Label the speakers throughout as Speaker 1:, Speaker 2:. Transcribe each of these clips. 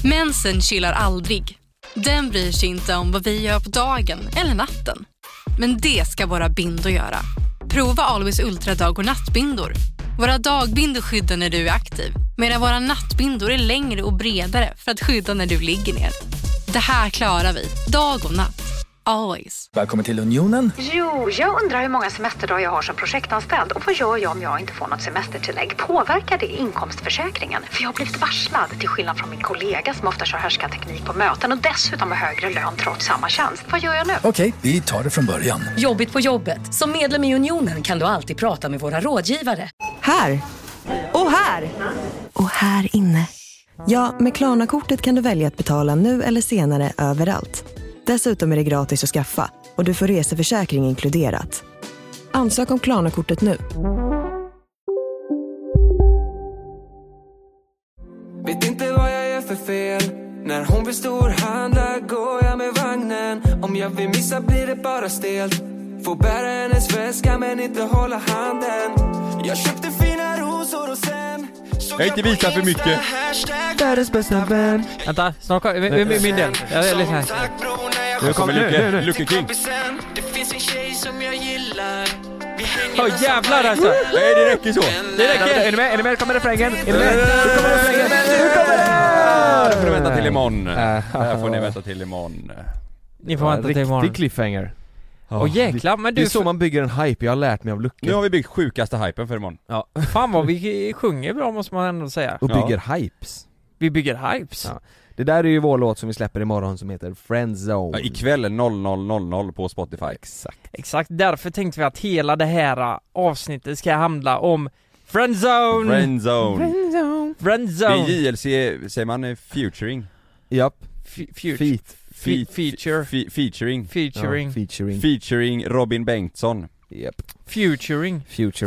Speaker 1: Mensen chillar aldrig. Den bryr sig inte om vad vi gör på dagen eller natten. Men det ska våra bindor göra. Prova Always Ultra dag- och nattbindor. Våra dagbindor skyddar när du är aktiv, medan våra nattbindor är längre och bredare för att skydda när du ligger ner. Det här klarar vi, dag och natt. Always.
Speaker 2: Välkommen till Unionen.
Speaker 3: Jo, jag undrar hur många semesterdagar jag har som projektanställd. Och vad gör jag om jag inte får något semestertillägg? Påverkar det inkomstförsäkringen? För jag har blivit varslad, till skillnad från min kollega som ofta kör härskarteknik på möten och dessutom har högre lön trots samma tjänst. Vad gör jag nu?
Speaker 2: Okej, vi tar det från början.
Speaker 4: Jobbigt på jobbet. Som medlem i Unionen kan du alltid prata med våra rådgivare.
Speaker 5: Här. Och här. Och här inne. Ja, med Klarna-kortet kan du välja att betala nu eller senare överallt. Dessutom är det gratis att skaffa och du får reseförsäkring inkluderat. Ansök om Klarna-kortet nu.
Speaker 6: Vet inte vad jag gör för fel. När hon vill storhandla går jag med vagnen. Om jag vill missa blir det bara stelt. Får bära hennes väska men inte hålla handen. Jag köpte fina rosor och sen
Speaker 7: jag inte visa för mycket.
Speaker 6: Världens bästa vän.
Speaker 8: Vänta, snart kommer min del. Jag är lite här.
Speaker 7: Nu kommer Luke King.
Speaker 6: Det finns en tjej som jag gillar.
Speaker 8: Åh jävlar alltså.
Speaker 7: Nej, det räcker så.
Speaker 8: Det räcker. Är ni med? Kommer refrängen? Är ni med? Nu kommer refrängen.
Speaker 7: Det får ni vänta till imorgon. Det här får ni vänta till imorgon.
Speaker 8: Ni får vänta till imorgon.
Speaker 9: Riktig cliffhanger.
Speaker 8: Åh jäklar, men
Speaker 9: det
Speaker 8: du...
Speaker 9: är så man bygger en hype, jag har lärt mig av Lucke.
Speaker 7: Nu har vi byggt sjukaste hypen för imorgon.
Speaker 8: Ja. Fan vad vi sjunger bra måste man ändå säga.
Speaker 9: Och bygger hypes.
Speaker 8: Vi bygger hypes.
Speaker 9: Ja. Det där är ju vår låt som vi släpper imorgon som heter Friendzone.
Speaker 7: Ja, ikväll 00:00 på Spotify.
Speaker 8: Exakt, därför tänkte vi att hela det här avsnittet ska handla om Friendzone.
Speaker 7: Det är JLC, säger man featuring.
Speaker 9: Japp.
Speaker 7: Featuring Robin Bengtsson.
Speaker 9: Yep.
Speaker 8: Future.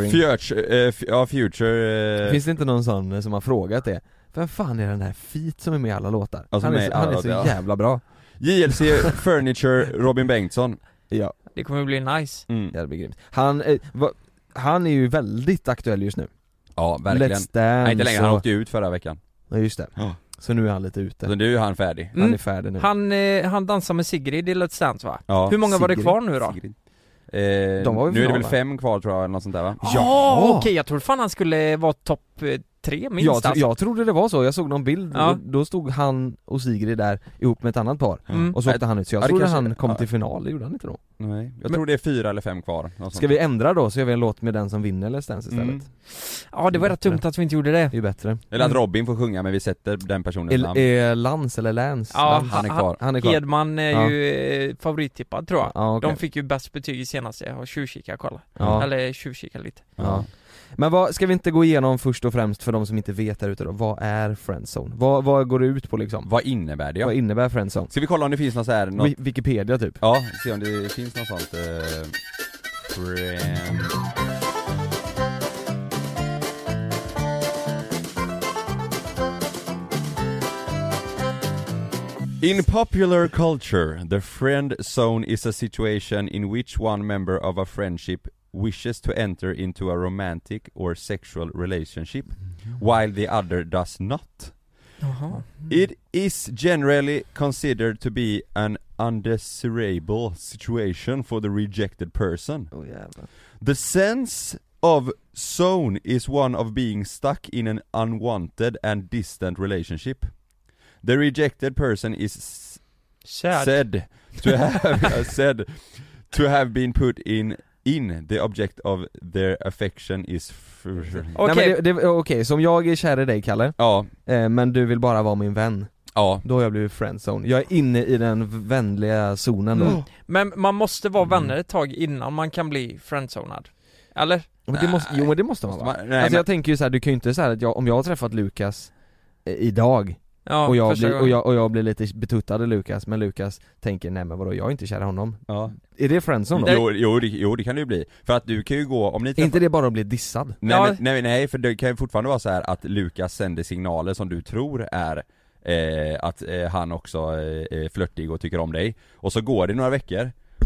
Speaker 9: Finns det inte någon sån som har frågat det? Vem fan är den här Feet som är med i alla låtar? Alltså han är så jävla bra.
Speaker 7: JLC Furniture Robin Bengtsson.
Speaker 9: Ja.
Speaker 8: Det kommer bli nice.
Speaker 9: Ja, det blir grymt. Han är ju väldigt aktuell just nu.
Speaker 7: Ja, verkligen.
Speaker 9: Let's Dance.
Speaker 7: Nej, inte längre, han åkte ut förra veckan.
Speaker 9: Ja, just det.
Speaker 7: Ja.
Speaker 9: Så nu är han lite ute.
Speaker 7: Så nu är han färdig.
Speaker 9: Han är färdig nu.
Speaker 8: Han dansar med Sigrid i Let's Dance, va?
Speaker 7: Ja.
Speaker 8: Hur många var det kvar nu då?
Speaker 9: De var
Speaker 7: nu är det väl 5 kvar tror jag, eller något sånt där va?
Speaker 8: Ja, okej, jag trodde fan han skulle vara topp 3 minst.
Speaker 9: Jag trodde det var så, jag såg någon bild då stod han och Sigrid där ihop med ett annat par och så åkte han ut, så jag trodde han kom till final, det gjorde han inte då.
Speaker 7: Nej, jag tror det är 4 eller 5 kvar.
Speaker 9: Ska vi ändra då, så gör vi en låt med den som vinner Let's Dance istället?
Speaker 8: Ja, det var rätt dumt att vi inte gjorde det.
Speaker 9: Det är bättre.
Speaker 7: Eller att Robin får sjunga, men vi sätter den personens namn.
Speaker 9: Lans eller Lance?
Speaker 8: Ja,
Speaker 9: han är kvar.
Speaker 8: Edman är ju favorittippad tror jag.
Speaker 9: Ja, okay.
Speaker 8: De fick ju bäst betyg i senaste, jag har tjuvkika kolla. Eller tjuvkika lite.
Speaker 9: Ja. Men vad ska vi inte gå igenom först och främst för de som inte vet där ute då? Vad är Friendzone? Vad går det ut på liksom?
Speaker 7: Vad innebär det?
Speaker 9: Vad innebär Friendzone?
Speaker 7: Ska vi kolla om det finns något så här
Speaker 9: Wikipedia typ?
Speaker 7: Ja, se om det finns något sånt In popular culture, the friend zone is a situation in which one member of a friendship wishes to enter into a romantic or sexual relationship while the other does not. It is generally considered to be an undesirable situation for the rejected person. The sense of zone is one of being stuck in an unwanted and distant relationship. The rejected person is said to have been put in the object of their affection is
Speaker 9: Okej, så om jag är kär i dig, Kalle, men du vill bara vara min vän, då har jag blivit friendzone. Jag är inne i den vänliga zonen då.
Speaker 8: Men man måste vara vänner ett tag innan man kan bli friendzonad. Eller?
Speaker 9: Men det måste man vara. Alltså jag tänker ju så här, du kan ju inte säga att om jag har träffat Lukas idag och jag blir lite betuttad av Lukas, men Lukas tänker nej men vadå, jag är inte kär i honom.
Speaker 7: Ja.
Speaker 9: Är det friendzone då?
Speaker 7: Jo, det kan det ju bli. För att du kan ju gå om ni
Speaker 9: inte det bara att bli dissad?
Speaker 7: Nej, för det kan ju fortfarande vara så här att Lukas sänder signaler som du tror är att han också är flörtig och tycker om dig. Och så går det några veckor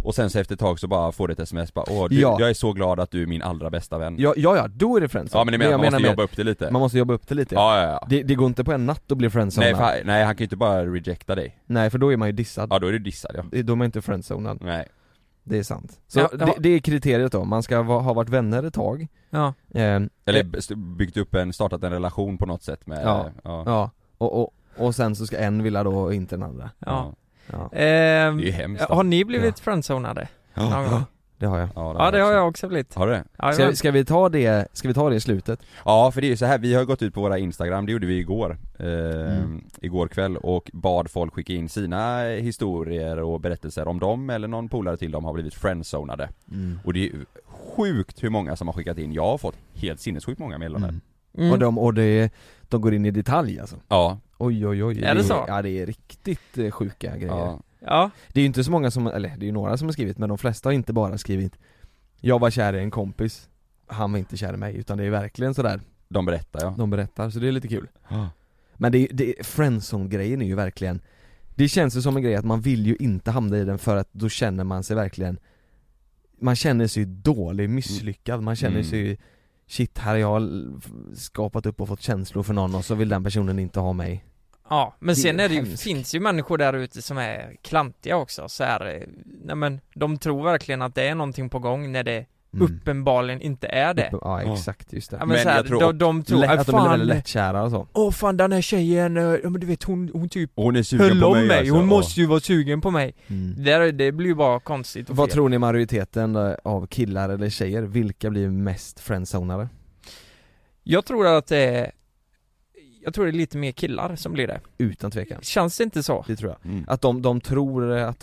Speaker 7: Och sen så efter ett tag så bara får du ett sms bara, jag är så glad att du är min allra bästa vän.
Speaker 9: Ja, då är det friendzone.
Speaker 7: Ja, men man måste jobba upp det lite.
Speaker 9: Man måste jobba upp det lite.
Speaker 7: Ja.
Speaker 9: Det går inte på en natt att bli friendzone.
Speaker 7: Nej, han kan ju inte bara rejecta dig.
Speaker 9: Nej, för då är man ju dissad.
Speaker 7: Ja, då är du dissad, ja.
Speaker 9: Då är man inte friendzonad.
Speaker 7: Nej.
Speaker 9: Det är sant. Så det är kriteriet då. Man ska ha varit vänner ett tag.
Speaker 8: Ja.
Speaker 7: Eller startat en relation på något sätt med.
Speaker 9: Ja. Och sen så ska en vilja då inte den andra.
Speaker 8: Ja.
Speaker 7: Det är ju hemskt.
Speaker 8: Har ni blivit friendzonade?
Speaker 9: Ja. Det har jag.
Speaker 8: Ja, det har jag också blivit.
Speaker 7: Har du det?
Speaker 8: Ja,
Speaker 9: ska vi ta det i slutet?
Speaker 7: Ja, för det är ju så här, vi har gått ut på våra Instagram, det gjorde vi igår igår kväll, och bad folk skicka in sina historier och berättelser om dem eller någon polare till dem har blivit friendzonade. Och det är sjukt hur många som har skickat in. Jag har fått helt sinnessjukt många meddelanden.
Speaker 9: Och de går in i detalj alltså.
Speaker 7: Ja.
Speaker 9: Oj.
Speaker 8: Är det så?
Speaker 9: Ja, det är riktigt sjuka grejer.
Speaker 8: Ja.
Speaker 9: Det är ju inte så många som, eller det är ju några som har skrivit, men de flesta har inte bara skrivit jag var kär i en kompis, han var inte kär i mig, utan det är verkligen sådär.
Speaker 7: De berättar,
Speaker 9: så det är lite kul. Men friendzone-grejen är ju verkligen, det känns ju som en grej att man vill ju inte hamna i den, för att då känner man sig verkligen, man känner sig dålig, misslyckad, man känner sig shit, här har jag skapat upp och fått känslor för någon och så vill den personen inte ha mig.
Speaker 8: Ja, men sen är det ju, finns ju människor där ute som är klantiga också, så här, nej men de tror verkligen att det är någonting på gång när det uppenbarligen inte är det.
Speaker 9: Ja, exakt, just det.
Speaker 8: Ja, men så här, de tror
Speaker 9: att de är väldigt lättkära och så.
Speaker 8: Fan, den här tjejen, men du vet hon typ
Speaker 7: hon är sugen på mig,
Speaker 8: alltså. Hon måste ju vara sugen på mig. Det blir ju bara konstigt.
Speaker 9: Vad tror ni majoriteten av killar eller tjejer, vilka blir mest friendzonade?
Speaker 8: Jag tror att det är lite mer killar som blir det.
Speaker 9: Utan tvekan.
Speaker 8: Känns det inte så?
Speaker 9: Det tror jag. Att de tror att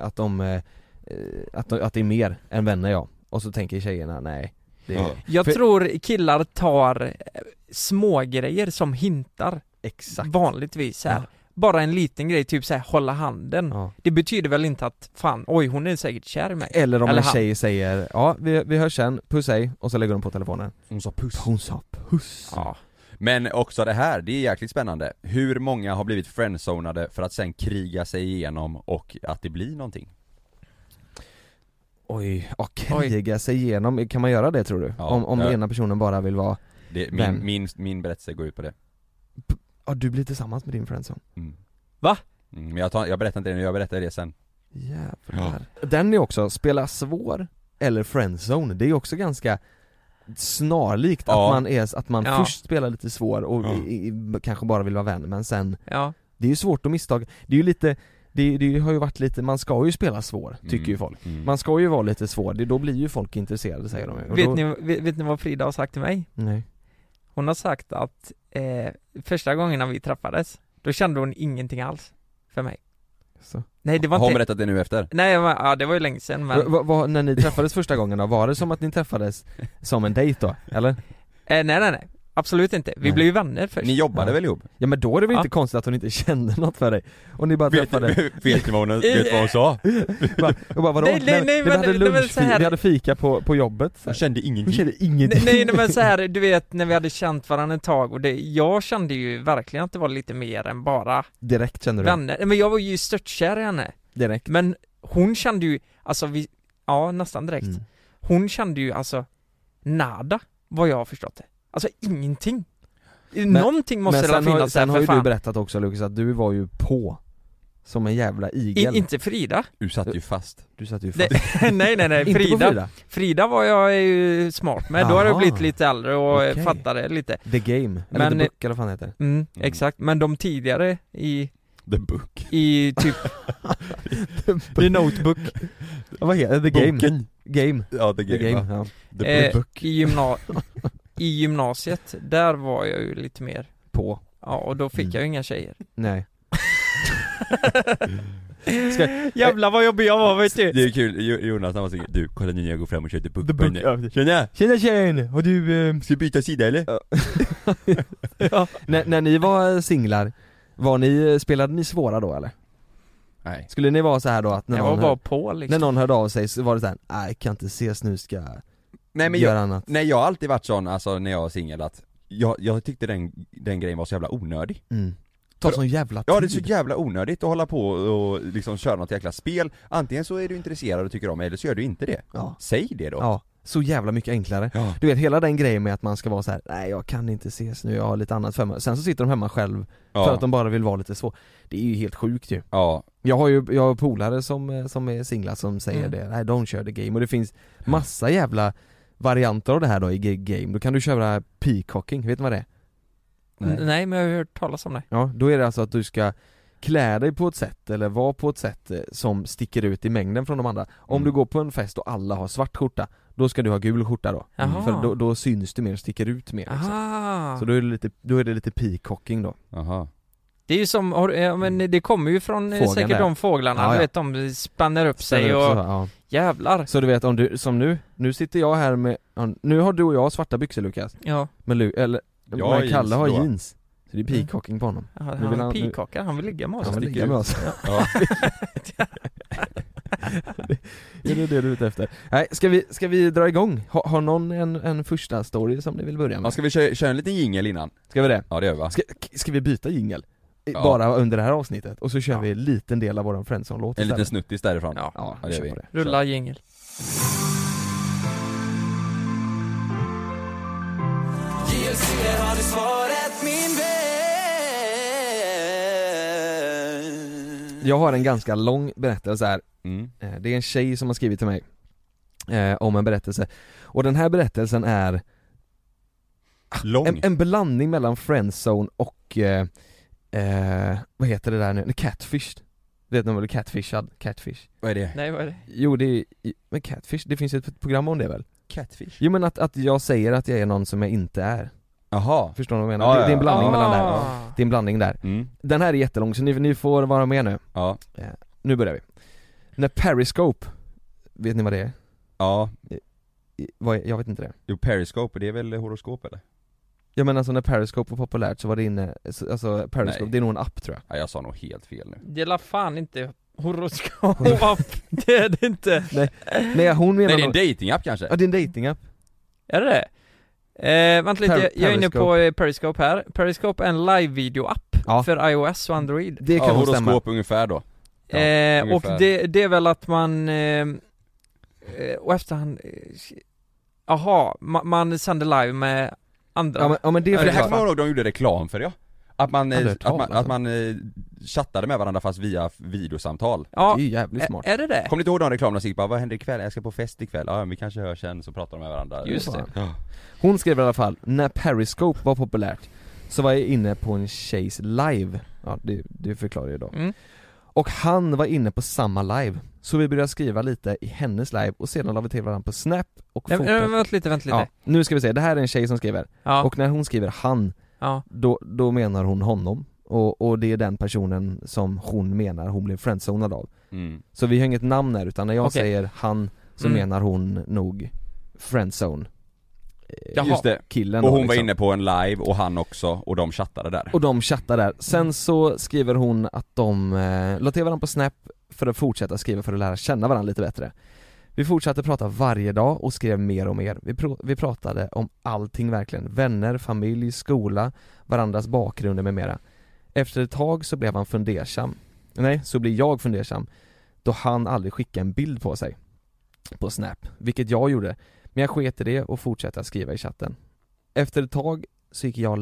Speaker 9: det är mer än vänner, ja. Och så tänker tjejerna, nej.
Speaker 8: Jag tror killar tar små grejer som hintar.
Speaker 9: Exakt.
Speaker 8: Vanligtvis här. Bara en liten grej, typ så här, hålla handen. Det betyder väl inte att fan, hon är säkert kär i mig.
Speaker 9: Eller om en tjej säger, ja, vi hörs sen, puss hej, och så lägger de på telefonen.
Speaker 7: Hon sa puss.
Speaker 8: Ja.
Speaker 7: Men också det här, det är jäkligt spännande. Hur många har blivit friendzonade för att sen kriga sig igenom och att det blir någonting? Kriga sig igenom, kan man göra det, tror du? Om den ena personen bara vill vara min berättelse går ut på det.
Speaker 9: Du blir tillsammans med din friendzone.
Speaker 8: Va?
Speaker 7: Men jag berättar inte det nu, jag berättar det sen.
Speaker 9: Jävlar. Den är också, spela svår eller friendzone. Det är också ganska snarlikt att man först spelar lite svår och kanske bara vill vara vän, men sen det är ju svårt att misstag. Det är ju lite det har ju varit lite, man ska ju spela svår, tycker ju folk. Man ska ju vara lite svår, då blir ju folk intresserade, säger de.
Speaker 8: Vet ni vad Frida har sagt till mig?
Speaker 9: Nej.
Speaker 8: Hon har sagt att första gången när vi träffades, då kände hon ingenting alls för mig.
Speaker 9: Så.
Speaker 8: Nej, det var
Speaker 7: har hon
Speaker 8: inte...
Speaker 7: berättat det nu efter?
Speaker 8: Nej, det var ju länge sedan, men...
Speaker 9: När ni träffades första gången då, var det som att ni träffades som en dejt då, eller?
Speaker 8: Nej. Absolut inte. Vi blev ju vänner först.
Speaker 7: Ni jobbade väl ihop?
Speaker 9: Ja, men då är det väl inte konstigt att hon inte kände något för dig. Och ni bara träffade.
Speaker 7: Vet ni vad hon sa?
Speaker 9: Vadå? Vi hade fika på jobbet.
Speaker 7: Hon kände ingenting.
Speaker 8: Nej, men så här, du vet, när vi hade känt varandra ett tag, och jag kände ju verkligen att det var lite mer än bara
Speaker 9: direkt, kände du?
Speaker 8: Vänner. Men jag var ju störtkär i henne.
Speaker 9: Direkt.
Speaker 8: Men hon kände ju, alltså nästan direkt. Hon kände ju alltså nada, vad jag har förstått det. Alltså ingenting. Någonting måste det finnas.
Speaker 9: Sen har ju du berättat också, Lucas, att du var ju på som en jävla igel.
Speaker 8: Inte Frida.
Speaker 7: Du satt ju fast.
Speaker 8: Nej. Frida var jag ju smart med. Då har jag blivit lite äldre och fattade lite.
Speaker 9: The Game, eller The Book, eller vad fan heter.
Speaker 8: Exakt, men de tidigare i
Speaker 7: The Book.
Speaker 8: I typ The Notebook.
Speaker 9: Vad heter The Game?
Speaker 7: Boken.
Speaker 9: Game.
Speaker 7: Ja, The Game.
Speaker 9: Ja.
Speaker 7: The Book.
Speaker 8: I gymnasiet, där var jag ju lite mer
Speaker 9: på.
Speaker 8: Ja, och då fick jag ju inga tjejer.
Speaker 9: Nej.
Speaker 8: Jävlar vad jobbig jag var, vet du.
Speaker 7: Det är kul, Jonas han var så, du, kolla nu när jag går fram och kör The Book.
Speaker 9: Tjena tjejen, och du
Speaker 7: ska byta sida eller?
Speaker 9: Ja. När ni var singlar, spelade ni svåra då eller?
Speaker 7: Nej.
Speaker 9: Skulle ni vara så här då att
Speaker 8: när
Speaker 9: någon hörde av sig så var det så här, nej, kan inte ses nu, ska
Speaker 7: nej, men jag har alltid varit sån, alltså när jag var singel, att jag tyckte den grejen var så jävla onödig.
Speaker 9: tar sån jävla tid.
Speaker 7: Ja, det är så jävla onödigt att hålla på och liksom köra något jäkla spel. Antingen så är du intresserad och tycker om, eller så gör du inte det.
Speaker 9: Ja.
Speaker 7: Säg det då.
Speaker 9: Ja, så jävla mycket enklare. Ja. Du vet, hela den grejen med att man ska vara så här: nej jag kan inte ses nu, jag har lite annat för mig. Sen så sitter de hemma själv för att de bara vill vara lite så. Det är ju helt sjukt ju.
Speaker 7: Ja.
Speaker 9: Jag har polare som är singlar som säger det. Nej, don't share the game. Och det finns massa jävla varianter av det här då i game. Då kan du köra peacocking, vet du vad det är?
Speaker 8: Nej, men jag har hört talas om det.
Speaker 9: Ja, då är det alltså att du ska klä dig på ett sätt eller vara på ett sätt som sticker ut i mängden från de andra. Om du går på en fest och alla har svart skjorta, då ska du ha gul skjorta då. För då syns du mer och sticker ut mer liksom. Så då är det lite peacocking då.
Speaker 7: Aha.
Speaker 8: Det är ju som, men det kommer ju från säkert de fåglarna, du vet, de spänner upp sig och jävlar.
Speaker 9: Så du vet, om du, som nu sitter jag här med, nu har du och jag svarta byxor, Lukas.
Speaker 8: Ja.
Speaker 9: Men Kalle har jeans. Så det är peacocking på honom.
Speaker 8: Ja, han peacockar, han vill ligga med oss.
Speaker 9: Han vill ligga med oss. Ja. Är det du är ute efter? Nej, ska vi dra igång? Har någon en första story som ni vill börja med?
Speaker 7: Ja, ska vi köra en liten jingle innan?
Speaker 9: Ska vi det?
Speaker 7: Ja, det gör vi, va?
Speaker 9: Ska vi byta jingle? Bara under det här avsnittet. Och så kör vi en liten del av våran Friendzone-låt.
Speaker 7: En liten snuttis därifrån.
Speaker 8: Ja,
Speaker 7: det gör vi.
Speaker 8: Rulla jingle.
Speaker 6: JLC har du svaret, min vän.
Speaker 9: Jag har en ganska lång berättelse här. Det är en tjej som har skrivit till mig om en berättelse. Och den här berättelsen är en blandning mellan Friendzone och vad heter det där nu? Catfish. Vet ni vad det är? Catfish.
Speaker 7: Vad är det?
Speaker 8: Nej, vad är det?
Speaker 9: Jo, det är men Catfish, det finns ett program om det väl?
Speaker 7: Catfish?
Speaker 9: Jo, men att jag säger att jag är någon som jag inte är.
Speaker 7: Jaha.
Speaker 9: Förstår du vad jag menar? Det är en blandning mellan där. Det är en blandning där.
Speaker 7: Mm.
Speaker 9: Den här är jättelång, så ni får vara med nu.
Speaker 7: Ja.
Speaker 9: Nu börjar vi. När Periscope, vet ni vad det är?
Speaker 7: Ja.
Speaker 9: Jag vet inte det.
Speaker 7: Jo, Periscope, det är väl horoskop eller?
Speaker 9: Ja, men alltså när Periscope var populärt så var det inne, alltså Periscope,
Speaker 7: Nej.
Speaker 9: Det är nog en app, tror jag.
Speaker 7: Ja, jag sa nog helt fel nu.
Speaker 8: Det är fan inte horoskop. Det är det inte.
Speaker 9: Nej, hon menar.
Speaker 7: Nej, det är en datingapp kanske.
Speaker 9: Ja, det är en datingapp.
Speaker 8: Är det? Vänta lite, jag är inne på Periscope här. Periscope är en live-video-app för iOS och Android.
Speaker 9: Det kan
Speaker 7: horoskop
Speaker 9: stämma.
Speaker 7: Ungefär då.
Speaker 8: Och det är väl att man och efterhand man sänder live med andra.
Speaker 9: Ja, men det är
Speaker 7: det här kommer jag ihåg, de gjorde reklam för, Att man chattade med varandra fast via videosamtal.
Speaker 8: Ja,
Speaker 9: det är jävligt smart.
Speaker 8: Är det?
Speaker 7: Kommer ni inte ihåg de reklamerna som gick bara, vad händer ikväll? Jag ska på fest ikväll. Ja, vi kanske hörs sen, så pratar de med varandra.
Speaker 8: Just det.
Speaker 7: Ja.
Speaker 9: Hon skrev i alla fall, när Periscope var populärt så var jag inne på en tjejs live. Ja, det förklarar ju då. Och han var inne på samma live. Så vi började skriva lite i hennes live och sedan la vi till varandra på Snap och
Speaker 8: Vänta lite.
Speaker 9: Ja, nu ska vi se, det här är en tjej som skriver.
Speaker 8: Ja.
Speaker 9: Och när hon skriver han, då menar hon honom. Och det är den personen som hon menar hon blir friendzonad av. Så vi har inget namn här, utan när jag säger han så menar hon nog friendzone.
Speaker 7: Just det.
Speaker 9: Killen
Speaker 7: och
Speaker 9: då,
Speaker 7: hon var
Speaker 9: liksom
Speaker 7: inne på en live och han också, och de chattade där.
Speaker 9: Sen så skriver hon att de la till varandra på Snap för att fortsätta skriva för att lära känna varandra lite bättre. Vi fortsatte prata varje dag och skrev mer och mer. Vi pratade om allting verkligen. Vänner, familj, skola, varandras bakgrunder med mera. Efter ett tag så blev han fundersam. Nej, så blir jag fundersam. Då han aldrig skickade en bild på sig på Snap, vilket jag gjorde. Men jag sket i det och fortsatte att skriva i chatten. Efter ett tag så gick jag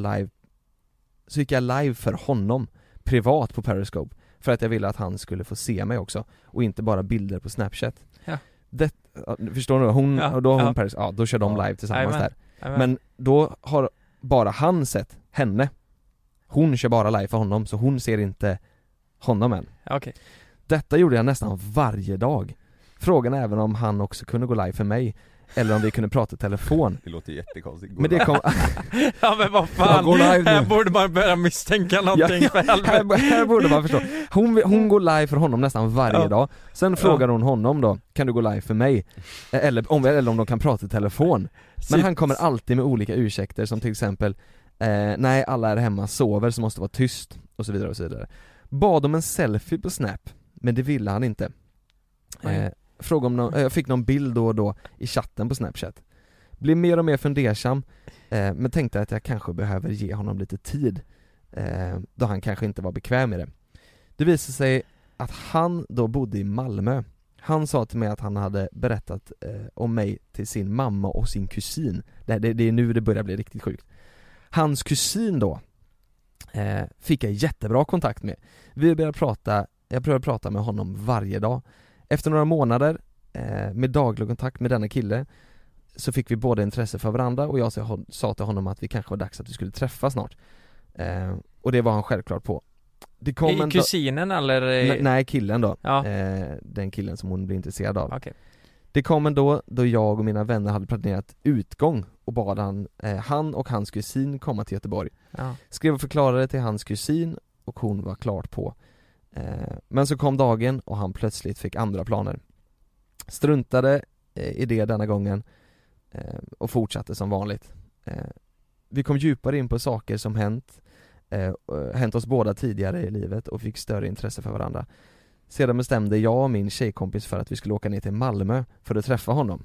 Speaker 9: live för honom privat på Periscope, för att jag ville att han skulle få se mig också och inte bara bilder på Snapchat.
Speaker 8: Ja.
Speaker 9: Förstår du? Då kör de live tillsammans där. Men då har bara han sett henne. Hon kör bara live för honom, så hon ser inte honom än.
Speaker 8: Okay.
Speaker 9: Detta gjorde jag nästan varje dag. Frågan är även om han också kunde gå live för mig, eller om vi kunde prata i telefon.
Speaker 7: Det låter jättekonstigt.
Speaker 9: Men det kom...
Speaker 8: Ja, men vad fan, här borde man börja misstänka någonting för helvete.
Speaker 9: Här borde man förstå. Hon går live för honom nästan varje dag. Sen frågar hon honom då, kan du gå live för mig? Eller om de kan prata i telefon. Men han kommer alltid med olika ursäkter, som till exempel nej, alla är hemma, sover, så måste vara tyst, och så vidare och så vidare. Bad om en selfie på Snap, men det ville han inte. Fråga om jag fick någon bild då och då i chatten på Snapchat. Blev mer och mer fundersam, men tänkte att jag kanske behöver ge honom lite tid. då han kanske inte var bekväm med det. Det visade sig att han då bodde i Malmö. Han sa till mig att han hade berättat om mig till sin mamma och sin kusin. Det är nu det börjar bli riktigt sjukt. Hans kusin då fick jag jättebra kontakt med. Jag började prata med honom varje dag. Efter några månader med daglig kontakt med denna kille så fick vi båda intresse för varandra, och jag sa till honom att vi kanske var dags att vi skulle träffas snart. Och det var han självklart på. Det kom
Speaker 8: kusinen eller?
Speaker 9: Nej, killen då.
Speaker 8: Ja.
Speaker 9: Den killen som hon blev intresserad av.
Speaker 8: Okay.
Speaker 9: Det kom då jag och mina vänner hade planerat utgång och bad han och hans kusin komma till Göteborg.
Speaker 8: Ja.
Speaker 9: Skrev och förklarade till hans kusin och hon var klart på. Men så kom dagen och han plötsligt fick andra planer. Struntade i det denna gången och fortsatte som vanligt. Vi kom djupare in på saker som hänt oss båda tidigare i livet och fick större intresse för varandra. Sedan bestämde jag och min tjejkompis för att vi skulle åka ner till Malmö för att träffa honom.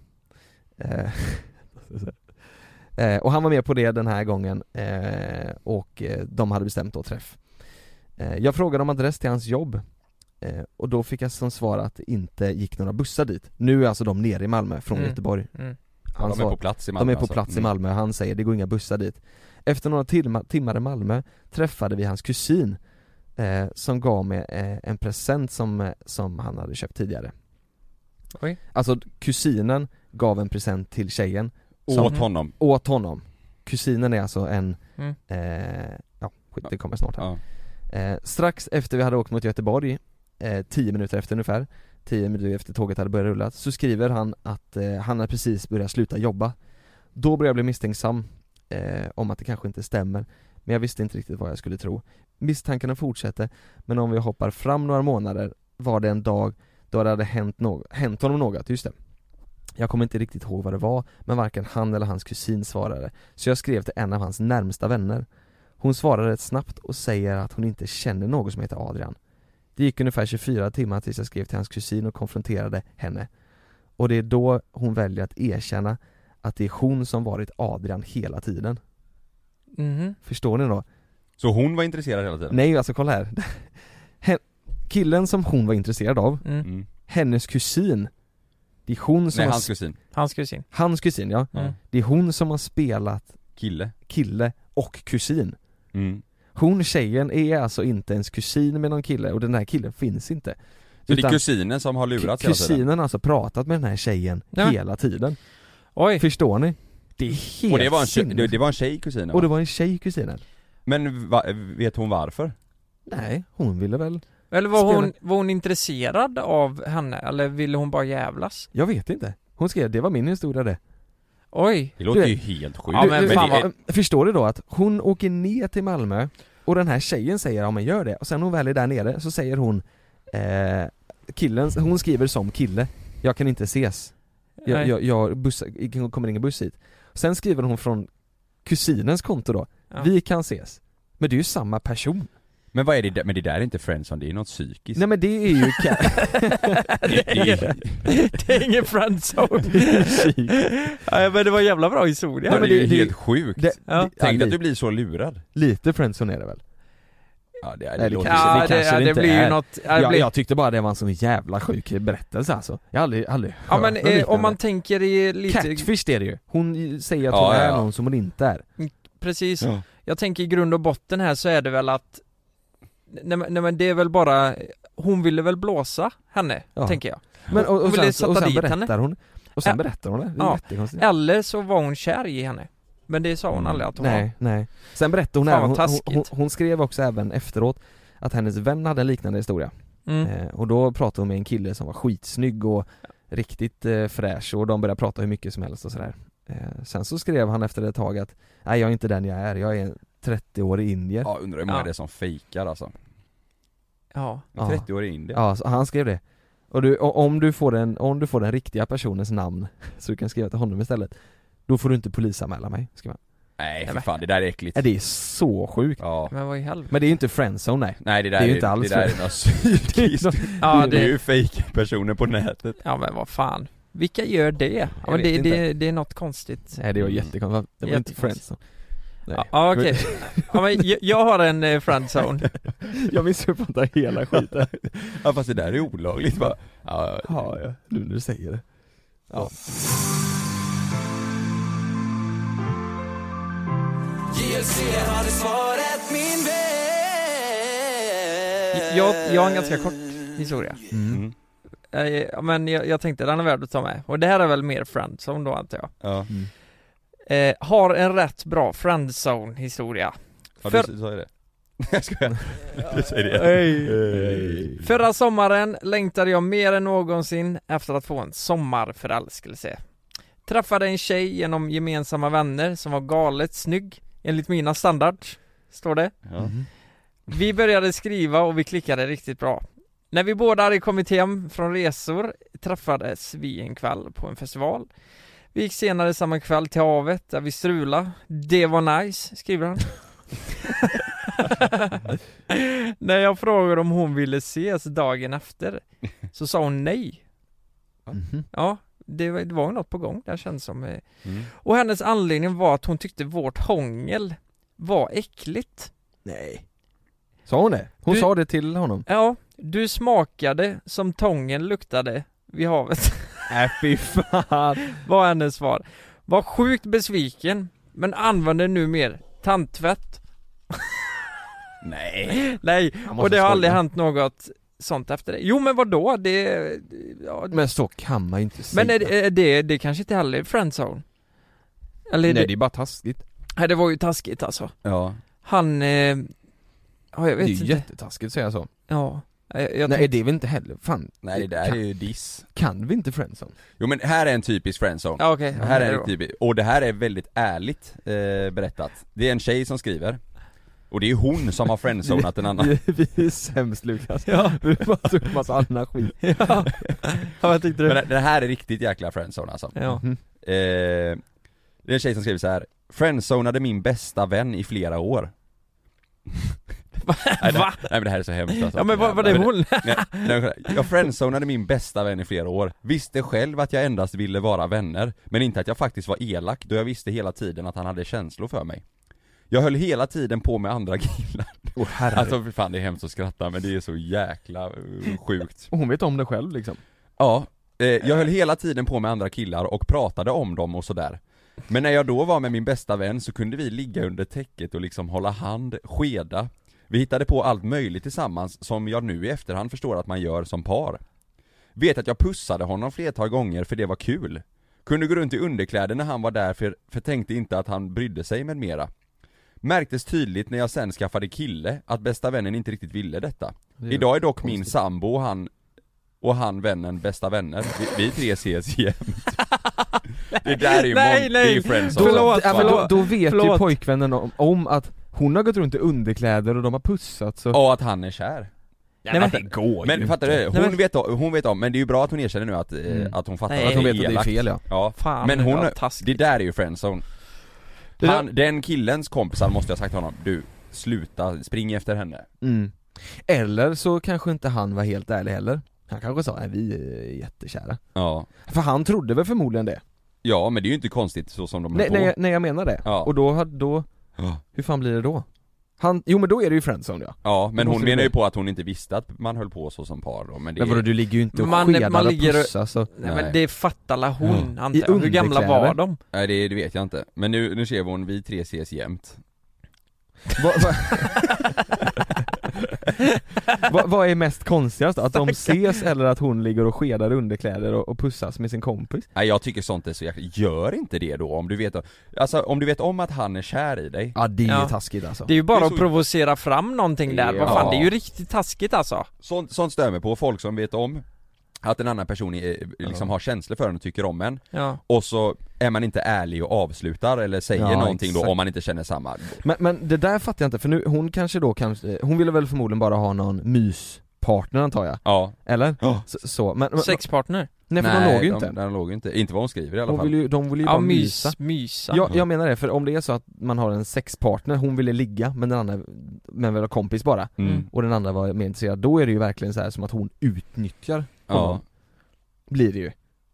Speaker 9: Och han var med på det den här gången, och de hade bestämt då träff. Jag frågade om adress till hans jobb, och då fick jag som svar att det inte gick några bussar dit. Nu är alltså de nere i Malmö från Göteborg.
Speaker 7: De är på plats i Malmö.
Speaker 9: De är på plats i Malmö. Han säger det går inga bussar dit. Efter några timmar i Malmö träffade vi hans kusin, som gav mig en present som han hade köpt tidigare.
Speaker 8: Oj.
Speaker 9: Alltså kusinen gav en present till tjejen åt honom. Kusinen är alltså en det kommer snart här. Strax efter vi hade åkt mot Göteborg, 10 minuter efter ungefär, 10 minuter efter tåget hade börjat rulla, så skriver han att han har precis börjat sluta jobba. Då började jag bli misstänksam om att det kanske inte stämmer, men jag visste inte riktigt vad jag skulle tro. Misstankarna fortsätter, men om vi hoppar fram några månader var det en dag då det hade hänt honom något, just det. Jag kommer inte riktigt ihåg vad det var, men varken han eller hans kusin svarade. Så jag skrev till en av hans närmsta vänner. Hon svarade rätt snabbt och säger att hon inte känner någon som heter Adrian. Det gick ungefär 24 timmar tills jag skrev till hans kusin och konfronterade henne. Och det är då hon väljer att erkänna att det är hon som varit Adrian hela tiden. Förstår ni då?
Speaker 7: Så hon var intresserad hela tiden?
Speaker 9: Nej, alltså kolla här. Killen som hon var intresserad av, hennes kusin, det är hon som Hans kusin, ja. Det är hon som har spelat kille och kusin. Hon, tjejen, är alltså inte ens kusin med någon kille, och den här killen finns inte.
Speaker 7: Så det är kusinen som har lurat hela tiden?
Speaker 9: Kusinen har alltså pratat med den här tjejen hela tiden.
Speaker 8: Oj.
Speaker 9: Förstår ni? Det är helt
Speaker 7: och det var en tjej kusinen, va?
Speaker 9: Och det var en tjej kusinen.
Speaker 7: Men vet hon varför?
Speaker 9: Nej, hon ville väl.
Speaker 8: Eller var hon intresserad av henne, eller ville hon bara jävlas?
Speaker 9: Jag vet inte. Hon skrev, det var min historia det.
Speaker 8: Oj.
Speaker 7: Det låter ju helt sjukt.
Speaker 8: Ja, men
Speaker 9: förstår du då att hon åker ner till Malmö och den här tjejen säger, ja men gör det. Och sen hon väl är där nere så säger hon hon skriver som kille, jag kan inte ses. Jag kommer ingen buss hit. Sen skriver hon från kusinens konto då, vi kan ses. Men det är ju samma person. Men
Speaker 7: vad är det? Men det där är inte friendzone, det är något psykiskt.
Speaker 9: Nej, men det är ju
Speaker 8: det är ingen friendzone. Ja, men det var en jävla bra historia.
Speaker 7: Ja, men det är helt sjukt. Tänk att du blir så lurad.
Speaker 9: Lite friendzone är det väl?
Speaker 7: Ja,
Speaker 8: det blir ju något.
Speaker 9: Jag tyckte bara det var en sån jävla sjuk berättelse alltså. Jag har aldrig hört.
Speaker 8: Ja, men om man tänker i lite
Speaker 9: catfish är det ju. Hon säger att hon är någon som hon inte är.
Speaker 8: Precis. Ja. Jag tänker i grund och botten här så är det väl att nej men det är väl bara, hon ville väl blåsa henne, tänker jag.
Speaker 9: Men och
Speaker 8: ville
Speaker 9: sen
Speaker 8: dit
Speaker 9: berättar
Speaker 8: henne.
Speaker 9: Hon. Och sen berättar hon det. Det är jättekonstigt.
Speaker 8: Eller så var hon kär i henne. Men det sa hon aldrig att hon var.
Speaker 9: Nej. Sen berättade hon skrev också även efteråt att hennes vän hade en liknande historia. Och då pratade hon med en kille som var skitsnygg och riktigt fräsch, och de började prata hur mycket som helst och sådär. Sen så skrev han efter ett tag att nej, jag är inte den jag är 30-årig indier.
Speaker 7: Ja, undrar hur många det är som fejkar alltså.
Speaker 8: Ja.
Speaker 7: 30-årig indier.
Speaker 9: Ja, så han skrev det. Och om du får den riktiga personens namn så du kan skriva till honom istället, då får du inte polisanmäla mig, skriver han.
Speaker 7: Nej, för fan, det där är äckligt.
Speaker 9: Det är så sjukt.
Speaker 7: Ja.
Speaker 8: Men vad i helvete?
Speaker 9: Men det är ju inte friendzone, nej.
Speaker 7: Nej, det
Speaker 9: är ju inte alls.
Speaker 7: Det där är något psykiskt. Det är ju fake personer på nätet.
Speaker 8: Ja, men vad fan. Vilka gör det? Ja, men det är något konstigt.
Speaker 9: Nej, det var jättekonstigt. Det var inte friendzone.
Speaker 8: Ja, okej. Ja, men jag har en friendzone.
Speaker 9: Jag missuppfattar hela skiten.
Speaker 7: Ja, fast det där är olagligt va?
Speaker 9: Ja, nu när du säger det. Ja.
Speaker 6: JLC har det svaret min vän.
Speaker 8: Jag har en ganska kort historia. Men jag tänkte den är värd att ta med. Och det här är väl mer friendzone då, antar jag.
Speaker 7: Ja.
Speaker 8: Har en rätt bra friendzone-historia.
Speaker 7: Ja, du sa ju det. Jag skojar. Du säger det.
Speaker 8: Hey. Förra sommaren längtade jag mer än någonsin efter att få en sommarförälskelse. Träffade en tjej genom gemensamma vänner som var galet snygg, enligt mina standards, står det.
Speaker 7: Ja.
Speaker 8: Vi började skriva och vi klickade riktigt bra. När vi båda hade kommit hem från resor träffades vi en kväll på en festival. Vi gick senare samma kväll till havet där vi strula. Det var nice, skriver han. När jag frågade om hon ville ses dagen efter så sa hon nej. Ja, det var något på gång där, känns som. Och hennes anledning var att hon tyckte vårt hångel var äckligt.
Speaker 9: Nej. Sa hon det? Hon sa det till honom?
Speaker 8: Ja, du smakade som tången luktade vid havet.
Speaker 9: Fy fan.
Speaker 8: Var hennes svar. Var sjukt besviken, men använde nu mer tandtvätt. Nej, och det har aldrig hänt något sånt efter det. Jo, men vadå?
Speaker 9: Men så kan man inte säga.
Speaker 8: Men det kanske inte heller är friendzone. Eller
Speaker 9: nej, det är bara taskigt.
Speaker 8: Nej, det var ju taskigt alltså.
Speaker 7: Ja.
Speaker 8: Han jag vet
Speaker 9: det är
Speaker 8: inte.
Speaker 9: Jättetaskigt att säga så.
Speaker 8: Ja.
Speaker 9: Nej, det är väl inte heller. Fan.
Speaker 7: Nej, det där är ju diss.
Speaker 9: Kan vi inte friendzone?
Speaker 7: Jo, men här är en typisk friendzone.
Speaker 8: Ja, okej.
Speaker 7: Här är en typisk. Och det här är väldigt ärligt berättat. Det är en tjej som skriver. Och det är hon som har friendzonat en annan.
Speaker 9: Vi är sämst, Lukas. Ja. Vi bara tog en massa annan skit.
Speaker 8: Ja, vad tyckte du?
Speaker 7: Men det här är riktigt jäkla friendzone alltså.
Speaker 8: Ja.
Speaker 7: Det är en tjej som skriver så här: friendzonade min bästa vän i flera år.
Speaker 8: Va?
Speaker 7: Nej, men det här är så hemskt alltså.
Speaker 8: Ja, men vad det hon?
Speaker 7: Jag friendzonade min bästa vän i flera år. Visste själv att jag endast ville vara vänner, men inte att jag faktiskt var elak, då jag visste hela tiden att han hade känslor för mig. Jag höll hela tiden på med andra killar. Alltså för fan, det är hemskt att skratta, men det är så jäkla sjukt.
Speaker 9: Och hon vet om det själv liksom.
Speaker 7: Ja, jag höll hela tiden på med andra killar och pratade om dem och sådär. Men när jag då var med min bästa vän så kunde vi ligga under täcket och liksom hålla hand, skeda. Vi hittade på allt möjligt tillsammans som jag nu i efterhand förstår att man gör som par. Vet att jag pussade honom flertal gånger för det var kul. Kunde gå runt i underkläder när han var där för tänkte inte att han brydde sig med mera. Märktes tydligt när jag sen skaffade kille att bästa vännen inte riktigt ville detta. Idag är dock konstigt. Min sambo och han vännen bästa vänner. Vi tre ses jämt. Det där är ju det är ju friends.
Speaker 9: Då vet ju pojkvännen om att hon har gått runt i underkläder och de har pussat så.
Speaker 7: Och att han är kär.
Speaker 9: Nej, men det går
Speaker 7: men fattar du? Hon vet om, men det är ju bra att hon erkänner nu att hon fattar att
Speaker 9: hon vet att det är fel,
Speaker 7: ja.
Speaker 8: Fan,
Speaker 7: men det där är ju friendzone. Den killens kompisar måste jag sagt till honom: du, sluta, spring efter henne.
Speaker 9: Eller så kanske inte han var helt ärlig heller. Han kanske sa, vi är jättekära. Ja. För han trodde väl förmodligen det.
Speaker 7: Ja, men det är ju inte konstigt så som de
Speaker 9: nej, jag menar det. Ja. Och då hur fan blir det då? Jo, men då är det ju friendzone, ja.
Speaker 7: Ja, men hon menar ju på att hon inte visste att man höll på så som par då, men det
Speaker 9: vadå, du ligger ju inte och skedar och pussar så.
Speaker 8: Nej, men det fattar hon, antar jag. Hur gamla var de?
Speaker 7: Nej, det vet jag inte. Men nu ser hon, vi tre ses jämt.
Speaker 9: Vad är mest konstigast? Att de ses eller att hon ligger och skedar underkläder och pussas med sin kompis?
Speaker 7: Nej, jag tycker sånt är så jäkla... Gör inte det då om du vet om att han är kär i dig.
Speaker 9: Ja, det är ju taskigt alltså.
Speaker 8: Det är ju bara att provocera fram någonting där. Vad fan, det är ju riktigt taskigt alltså.
Speaker 7: Sånt stör mig på folk som vet om att en annan person liksom har känslor för en och tycker om en. Ja. Och så är man inte ärlig och avslutar eller säger någonting exakt. Då om man inte känner samma.
Speaker 9: Men det där fattar jag inte, för nu hon kanske hon ville väl förmodligen bara ha någon myspartner, antar jag. Ja. Eller? Ja. Så men
Speaker 8: sexpartner?
Speaker 9: Nej, för de låg ju inte.
Speaker 7: De låg inte. Inte vad hon skriver i alla fall.
Speaker 9: De vill ju bara
Speaker 8: mysa.
Speaker 9: Jag menar det, för om det är så att man har en sexpartner, hon ville ligga men den andra men väl kompis bara. Och den andra var mer intresserad, då är det ju verkligen så här som att hon utnyttjar honom. Blir det ju.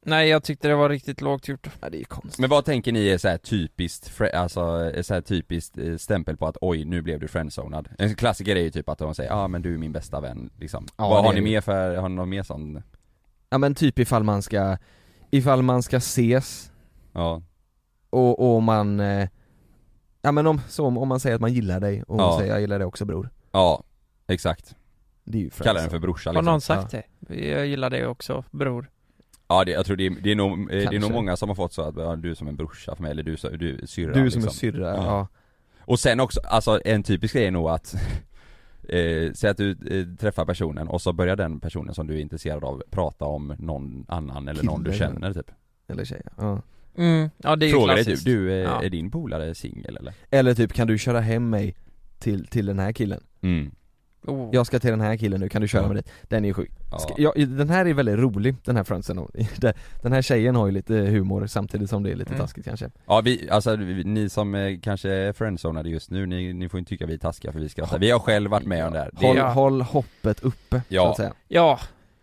Speaker 8: Nej, jag tyckte det var riktigt lågt gjort.
Speaker 9: Ja, det är konstigt.
Speaker 7: Men vad tänker ni är så här typiskt, alltså så här typiskt stämpel på att oj, nu blev du friendzonad? En klassiker är ju typ att de säger men du är min bästa vän liksom.
Speaker 9: Ja,
Speaker 7: vad har ni mer för, har ni någon mer sån?
Speaker 9: Ja men typ ifall man ska ses.
Speaker 7: Ja.
Speaker 9: Och man ja men om man säger att man gillar dig och man säger jag gillar dig också bror.
Speaker 7: Ja, exakt.
Speaker 9: Det är ju
Speaker 7: kallar den för brorsa liksom.
Speaker 8: Har någon sagt det? Jag gillar dig också bror.
Speaker 7: Ja, jag tror det är nog många som har fått så att du är som en brorsa för mig, eller du är syrra.
Speaker 9: Du är
Speaker 7: liksom.
Speaker 9: som en syrra, ja.
Speaker 7: Och sen också, alltså en typisk grej är nog att säg att du träffar personen och så börjar den personen som du är intresserad av prata om någon annan eller någon du känner typ.
Speaker 9: Eller tjej, ja.
Speaker 8: Ja, det är ju
Speaker 7: frågar
Speaker 8: klassiskt.
Speaker 7: dig typ, är din polare singel eller?
Speaker 9: Eller typ, kan du köra hem mig till den här killen? Jag ska till den här killen nu, kan du köra med dit? Den är ju sjuk. Den här är väldigt rolig, den här friendsen. Den här tjejen har ju lite humor samtidigt som det är lite taskigt kanske.
Speaker 7: Ja, ni som kanske är friendzonade just nu, ni får inte tycka vi är taskiga för vi skrattar. Vi har själv varit med om det här.
Speaker 9: Håll hoppet uppe, så att säga.
Speaker 8: Ja.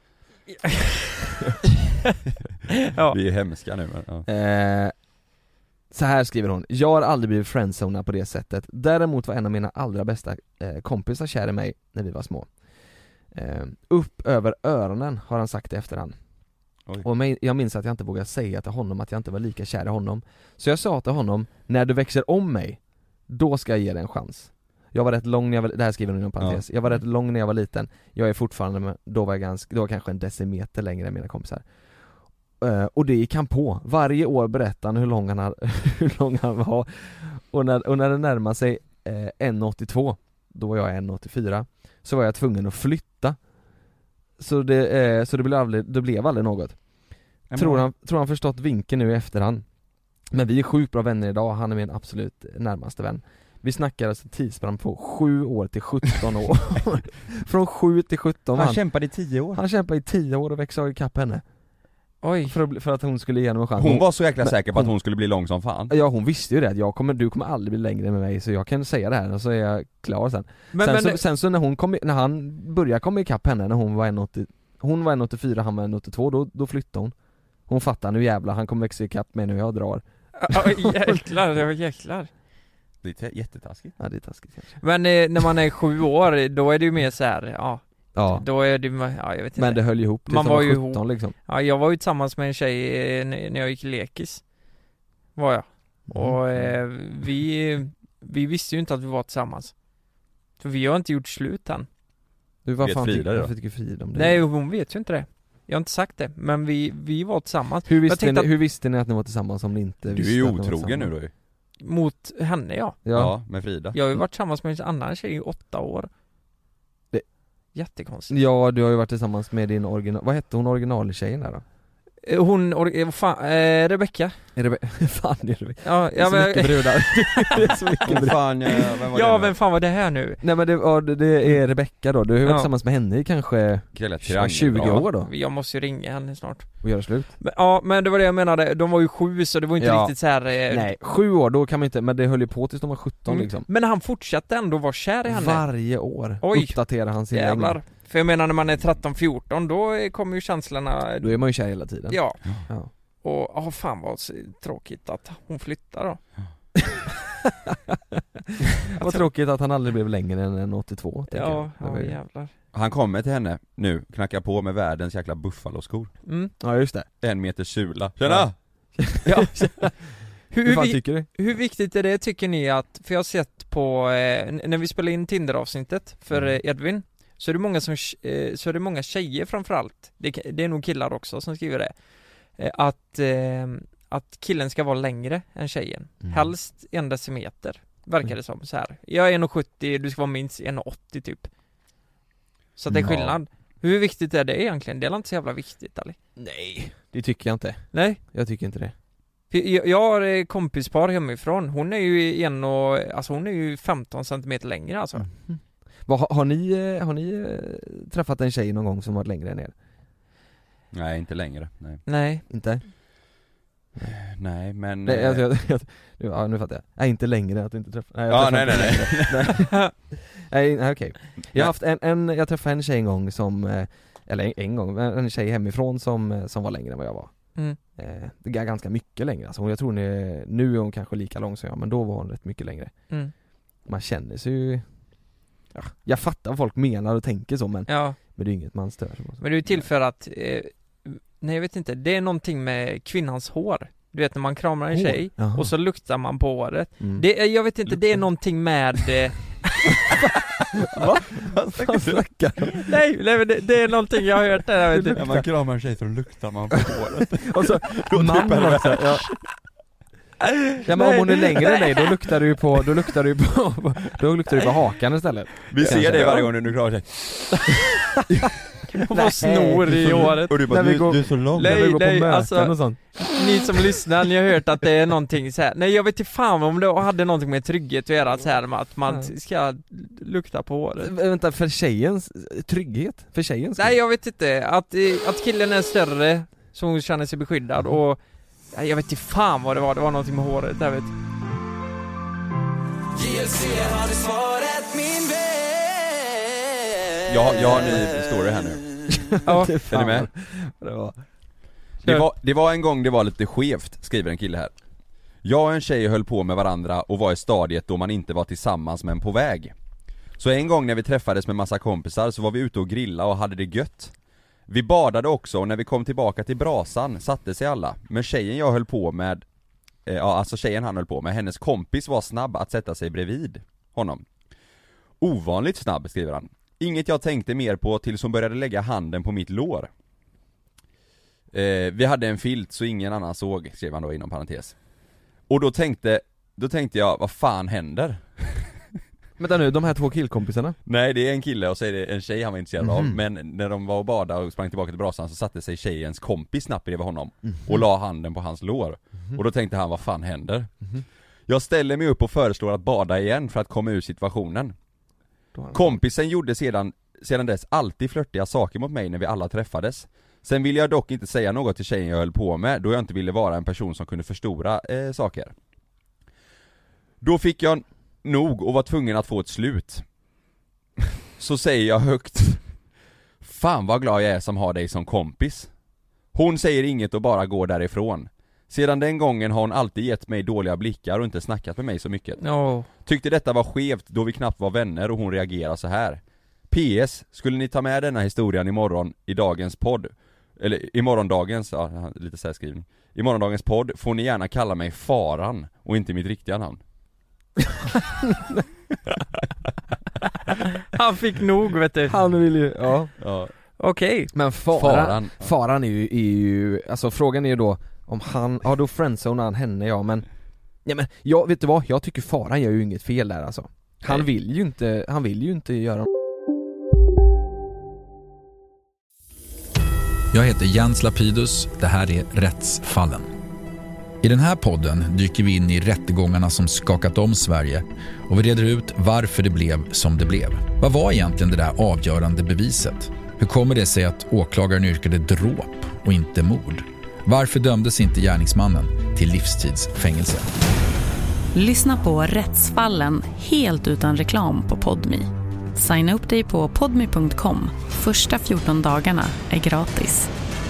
Speaker 7: Vi är hemska nu men,
Speaker 9: så här skriver hon: jag har aldrig blivit friendzonad på det sättet. Däremot var en av mina allra bästa kompisar kär i mig när vi var små. Upp över öronen har han sagt det efterhand. Och jag minns att jag inte vågade säga till honom att jag inte var lika kär i honom. Så jag sa till honom: när du växer om mig, då ska jag ge dig en chans. Jag var rätt lång när det här skriver hon inom parentes. Jag var rätt lång när jag var liten. Jag är fortfarande, då var kanske en decimeter längre än mina kompisar. Och det gick han på. Varje år berättade han hur lång han var. Och när det närmade sig 1,82, då var jag 1,84, så var jag tvungen att flytta. Så det blev aldrig något. Tror han förstått vinkeln nu i efterhand. Men vi är sjukt bra vänner idag. Han är min absolut närmaste vän. Vi snackar alltså tidspann på 7 år till 17 år. Från 7 till 17.
Speaker 7: Han kämpade i 10 år.
Speaker 9: Han kämpade i 10 år och växte i kapp henne.
Speaker 8: Oj.
Speaker 9: För att hon skulle ge henne en chans.
Speaker 7: Hon var så jäkla säker på att hon skulle bli lång som fan.
Speaker 9: Ja, hon visste ju det, att du kommer aldrig bli längre med mig, så jag kan säga det här och så är jag klar sen. Sen så när han började komma i kapp henne, när hon var 1,84, han var 1,82, då flyttade hon. Hon fattar, nu jävlar, han kommer växa i kapp mig nu, jag drar.
Speaker 8: Jäklar.
Speaker 7: Det är jättetaskigt.
Speaker 9: Ja, det är taskigt kanske.
Speaker 8: Men när man är 7 år, då är det ju mer så här,
Speaker 9: ja.
Speaker 8: Då är det, jag vet inte.
Speaker 9: Men det höll ju ihop tills man var 17 liksom.
Speaker 8: Ja, jag var ju tillsammans med en tjej när jag gick i lekis. Var jag. Och vi visste ju inte att vi var tillsammans. För vi har inte gjort slut än.
Speaker 9: Du, varför tycker Frida om det?
Speaker 8: Nej, hon vet ju inte det. Jag har inte sagt det, men vi var tillsammans.
Speaker 9: Hur visste ni att ni var tillsammans om ni inte visste?
Speaker 7: Du är ju otrogen nu då ju.
Speaker 8: Mot henne,
Speaker 7: ja, med Frida.
Speaker 8: Jag har ju varit tillsammans med en annan tjej i 8 år. Jättekonstigt.
Speaker 9: Ja, du har ju varit tillsammans med din vad hette hon originaltjejen där då?
Speaker 8: Rebecca.
Speaker 9: Fan, det är Rebecca.
Speaker 8: Ja,
Speaker 9: det är så mycket brudar. Det är så mycket brudar.
Speaker 8: Vem fan var det här nu?
Speaker 9: Nej, men det är Rebecca då. Du har varit tillsammans med henne i kanske 20 år då.
Speaker 8: Jag måste ju ringa henne snart
Speaker 9: och göra slut.
Speaker 8: Men det var det jag menade. De var ju 7, så det var inte riktigt så här.
Speaker 9: Nej, 7 år då kan man inte, men det höll ju på tills de var 17 liksom.
Speaker 8: Men han fortsatte ändå vara kär i henne.
Speaker 9: Varje år uppdaterar han sin
Speaker 8: jävlar. För jag menar, när man är 13-14, då kommer ju känslorna.
Speaker 9: Då är man ju kär hela tiden.
Speaker 8: Ja. Och fan vad tråkigt att hon flyttar då.
Speaker 9: Vad tråkigt att han aldrig blev längre än 82.
Speaker 8: Ja, jävlar.
Speaker 7: Han kommer till henne nu, knackar på med världens jäkla buffaloskor.
Speaker 9: Ja, just det.
Speaker 7: 1 meter sula. Tjena!
Speaker 8: Ja.
Speaker 9: Hur
Speaker 8: viktigt är det, tycker ni, att, för jag har sett på när vi spelade in Tinder-avsnittet för Edvin, så är det många tjejer framförallt. Det är nog killar också som skriver det. Att killen ska vara längre än tjejen. Helst 1 decimeter, verkar det som så här. Jag är 1,70, du ska vara minst 1,80 typ. Så det är skillnad. Hur viktigt är det egentligen? Det är inte så jävla viktigt, eller?
Speaker 9: Nej, det tycker jag inte.
Speaker 8: Nej?
Speaker 9: Jag tycker inte det.
Speaker 8: Jag har kompispar hemifrån. Hon är ju hon är ju 15 centimeter längre alltså.
Speaker 9: Har ni träffat en tjej någon gång som varit längre än er?
Speaker 7: Nej, inte längre.
Speaker 8: Nej.
Speaker 9: Inte?
Speaker 7: Nej, men...
Speaker 9: Nej, ja, nu fattar jag. Nej, inte längre, att inte träffa... Nej, okej. Jag har haft jag träffade en tjej en gång som... Eller en gång, en tjej hemifrån som var längre än vad jag var. Det är ganska mycket längre alltså. Jag tror nu är hon kanske lika lång som jag, men då var hon rätt mycket längre. Man känner sig ju... Ja, jag fattar vad folk menar och tänker så, men det är inget man stör sig på.
Speaker 8: Men det är ju till för att nej, jag vet inte, det är någonting med kvinnans hår. Du vet när man kramar en tjej och så luktar man på håret. Jag vet inte, det är någonting med
Speaker 9: Va? Vad snackar du?
Speaker 8: Nej, det är någonting jag har hört där. Jag vet inte.
Speaker 7: När man kramar en tjej så luktar man på håret.
Speaker 9: Och så mannen också. Ja, men om hon är längre än dig, då luktar du på hakan istället.
Speaker 7: Vi ser det varje gång du kramar sig.
Speaker 8: Hon får snor i håret.
Speaker 7: Och du bara, du är så lång.
Speaker 9: När vi går på möten och sånt.
Speaker 8: Ni som lyssnar, ni har hört att det är någonting så här. Nej, jag vet inte fan om det hade någonting med trygghet att göra så här, med att man ska lukta på håret.
Speaker 9: Vänta, för tjejens trygghet? För tjejens?
Speaker 8: Nej, jag vet inte. Att killen är större, så hon känner sig beskyddad. Och jag vet inte fan vad det var. Det var någonting med håret, jag vet.
Speaker 6: JLC hade svaret min vän.
Speaker 7: Jag har en ny story här nu.
Speaker 8: Ja,
Speaker 7: är du med? Det var en gång det var lite skevt, skriver en kille här. Jag och en tjej höll på med varandra och var i stadiet då man inte var tillsammans men på väg. Så en gång när vi träffades med massa kompisar så var vi ute och grilla och hade det gött. Vi badade också och när vi kom tillbaka till brasan satte sig alla. Men tjejen jag höll på med, tjejen han höll på med, hennes kompis var snabb att sätta sig bredvid honom. Ovanligt snabb, skriver han. Inget jag tänkte mer på tills hon började lägga handen på mitt lår. Vi hade en filt så ingen annan såg, skrev han då inom parentes. Och då tänkte jag, vad fan händer?
Speaker 9: Vänta nu, de här två killkompisarna?
Speaker 7: Nej, det är en kille och så är det en tjej han var intresserad av. Men när de var och badade och sprang tillbaka till brasan så satte sig tjejens kompis snabbt bredvid honom och la handen på hans lår. Och då tänkte han, vad fan händer? Jag ställer mig upp och föreslår att bada igen för att komma ur situationen. Kompisen gjorde sedan dess alltid flörtiga saker mot mig när vi alla träffades. Sen ville jag dock inte säga något till tjejen jag höll på med, då jag inte ville vara en person som kunde förstora saker. Då fick jag nog och var tvungen att få ett slut. Så säger jag högt: fan vad glad jag är som har dig som kompis. Hon säger inget och bara går därifrån. Sedan den gången har hon alltid gett mig dåliga blickar och inte snackat med mig så mycket. Tyckte detta var skevt då vi knappt var vänner och hon reagerar så här. PS, skulle ni ta med denna historien imorgon i dagens podd? Eller i morgondagens, lite så här skrivning. I morgondagens podd får ni gärna kalla mig Faran och inte mitt riktiga namn.
Speaker 8: Han fick nog, vet du.
Speaker 9: Han vill ju,
Speaker 8: Okej.
Speaker 9: Men Faran är ju, alltså frågan är ju då om han, då friendzonar han henne, men vet du vad, jag tycker Faran gör ju inget fel där alltså. Han vill ju inte göra.
Speaker 2: Jag heter Jens Lapidus, det här är Rättsfallen. I den här podden dyker vi in i rättegångarna som skakat om Sverige och vi reder ut varför det blev som det blev. Vad var egentligen det där avgörande beviset? Hur kommer det sig att åklagaren yrkade dråp och inte mord? Varför dömdes inte gärningsmannen till livstidsfängelse?
Speaker 10: Lyssna på Rättsfallen helt utan reklam på Podme. Signa upp dig på podme.com. Första 14 dagarna är gratis.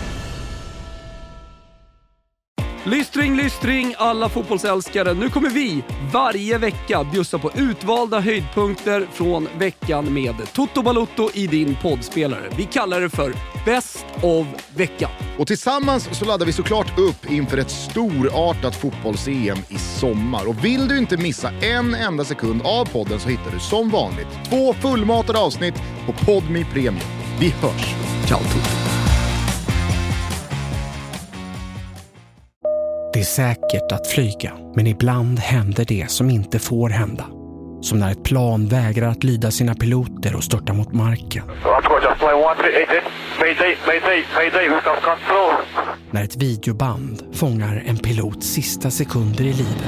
Speaker 11: Lystring alla fotbollsälskare. Nu kommer vi varje vecka bjussa på utvalda höjdpunkter från veckan med Toto Balotto i din poddspelare. Vi kallar det för Best of veckan.
Speaker 12: Och tillsammans så laddar vi såklart upp inför ett storartat fotbolls-EM i sommar. Och vill du inte missa en enda sekund av podden så hittar du som vanligt 2 fullmatade avsnitt på Podme Premium. Vi hörs. Ciao Toto.
Speaker 13: Det är säkert att flyga, men ibland händer det som inte får hända. Som när ett plan vägrar att lyda sina piloter och störtar mot marken. När ett videoband fångar en pilots sista sekunder i livet.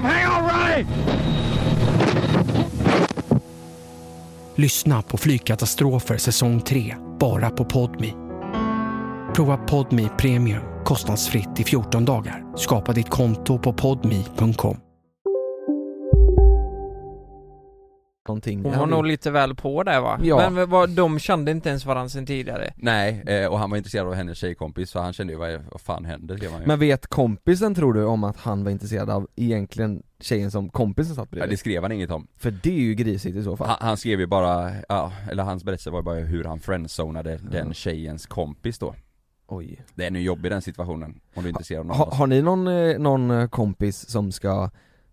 Speaker 13: Lyssna på Flygkatastrofer säsong 3, bara på Podme. Prova Podme Premium kostnadsfritt i 14 dagar. Skapa ditt konto på podme.com.
Speaker 9: någonting.
Speaker 8: Hon var nog lite väl på där va?
Speaker 9: Ja.
Speaker 8: Men de kände inte ens varandra sen tidigare.
Speaker 7: Nej, och han var intresserad av hennes tjejkompis, så han kände ju vad fan händer, det var ju.
Speaker 9: Men vet kompisen, tror du, om att han var intresserad av egentligen tjejen som kompisen satt bredvid?
Speaker 7: Ja, det skrev han inget om.
Speaker 9: För det är ju grisigt i så fall.
Speaker 7: Han skrev ju bara, eller hans berättelse var bara hur han friendzonade den tjejens kompis då.
Speaker 9: Oj.
Speaker 7: Det är nu jobbig den situationen, om du är intresserad av någon.
Speaker 9: Har ni någon kompis som ska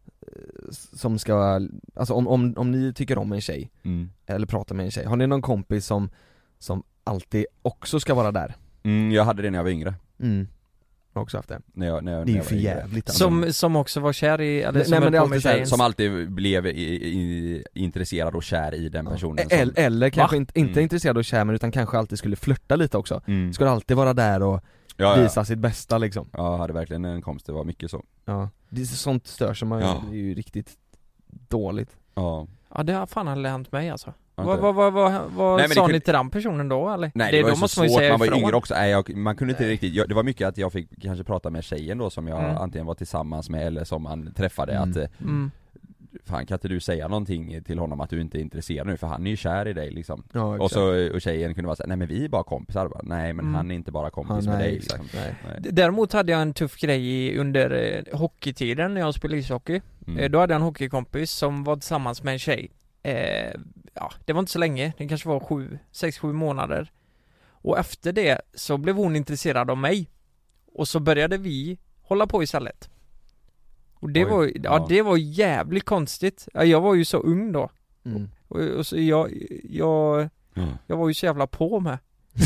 Speaker 9: alltså om ni tycker om en tjej eller pratar med en tjej, har ni någon kompis som alltid också ska vara där?
Speaker 7: Jag hade det när jag var yngre.
Speaker 9: Jag har också haft det.
Speaker 7: När jag
Speaker 9: det är ju för jävligt.
Speaker 8: Som också var kär i, eller som,
Speaker 9: nej, men det är alltid
Speaker 8: tjejen.
Speaker 7: Som alltid blev intresserad och kär i den personen.
Speaker 9: Eller kanske inte intresserad och kär, men utan kanske alltid skulle flirta lite också. Skulle alltid vara där och visa sitt bästa liksom.
Speaker 7: Ja, jag hade verkligen en kompis, det var mycket så.
Speaker 9: Ja, det är sånt stör som man, det är ju riktigt dåligt.
Speaker 7: Ja,
Speaker 8: det har fan aldrig hänt mig alltså. Vad sa ni till den personen då eller?
Speaker 7: Nej, det var
Speaker 8: då
Speaker 7: så svårt, man var yngre också. Man kunde inte riktigt, det var mycket att jag fick kanske prata med tjejen då som jag antingen var tillsammans med eller som man träffade att fan, kan inte du säga någonting till honom att du inte är intresserad nu, för han är ju kär i dig liksom. Ja, och tjejen kunde vara såhär, nej men vi är bara kompisar. Nej men han är inte bara kompis med dig liksom.
Speaker 9: Nej.
Speaker 8: Däremot hade jag en tuff grej under hockeytiden när jag spelade ishockey. Då hade jag en hockeykompis som var tillsammans med en tjej. Det var inte så länge, det kanske var 6-7 månader. Och efter det så blev hon intresserad av mig. Och så började vi hålla på istället. Och det det var jävligt konstigt. Jag var ju så ung då. Och så jag var ju så jävla på med.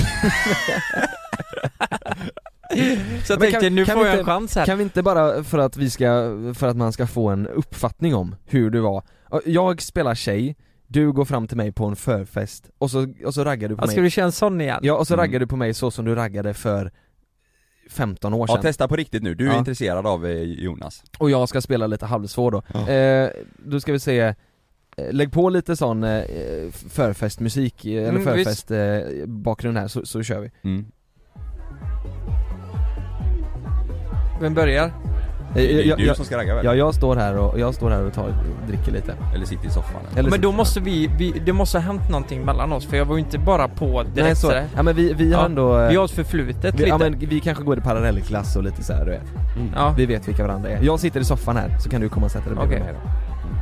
Speaker 8: Så jag tänkte, nu får jag en chans här.
Speaker 9: Kan vi inte bara, för att man ska få en uppfattning om hur du var. Jag spelar tjej, du går fram till mig på en förfest och så raggar du på mig.
Speaker 8: Ska du känna sån igen?
Speaker 9: Ja, och så raggar du på mig så som du raggade för 15 år sedan.
Speaker 7: Ja, testa på riktigt nu. Du är intresserad av Jonas.
Speaker 9: Och jag ska spela lite halvsvår då. Då ska vi se, lägg på lite sån förfestmusik eller förfest bakgrund här, så kör vi.
Speaker 8: Vem börjar?
Speaker 7: Du som ska ragga väl?
Speaker 9: Ja, jag står här och dricker lite.
Speaker 7: Eller sitter i soffan.
Speaker 8: Men då måste det måste ha hänt någonting mellan oss, för jag var ju inte bara på direkt.
Speaker 9: Nej, så. Ja, men vi har ändå
Speaker 8: vi har ett förflutet lite.
Speaker 9: Ja, men vi kanske går i parallellklass och lite så här, du vet. Vi vet vilka varandra är. Jag sitter i soffan här, så kan du komma och sätta dig bredvid mig då.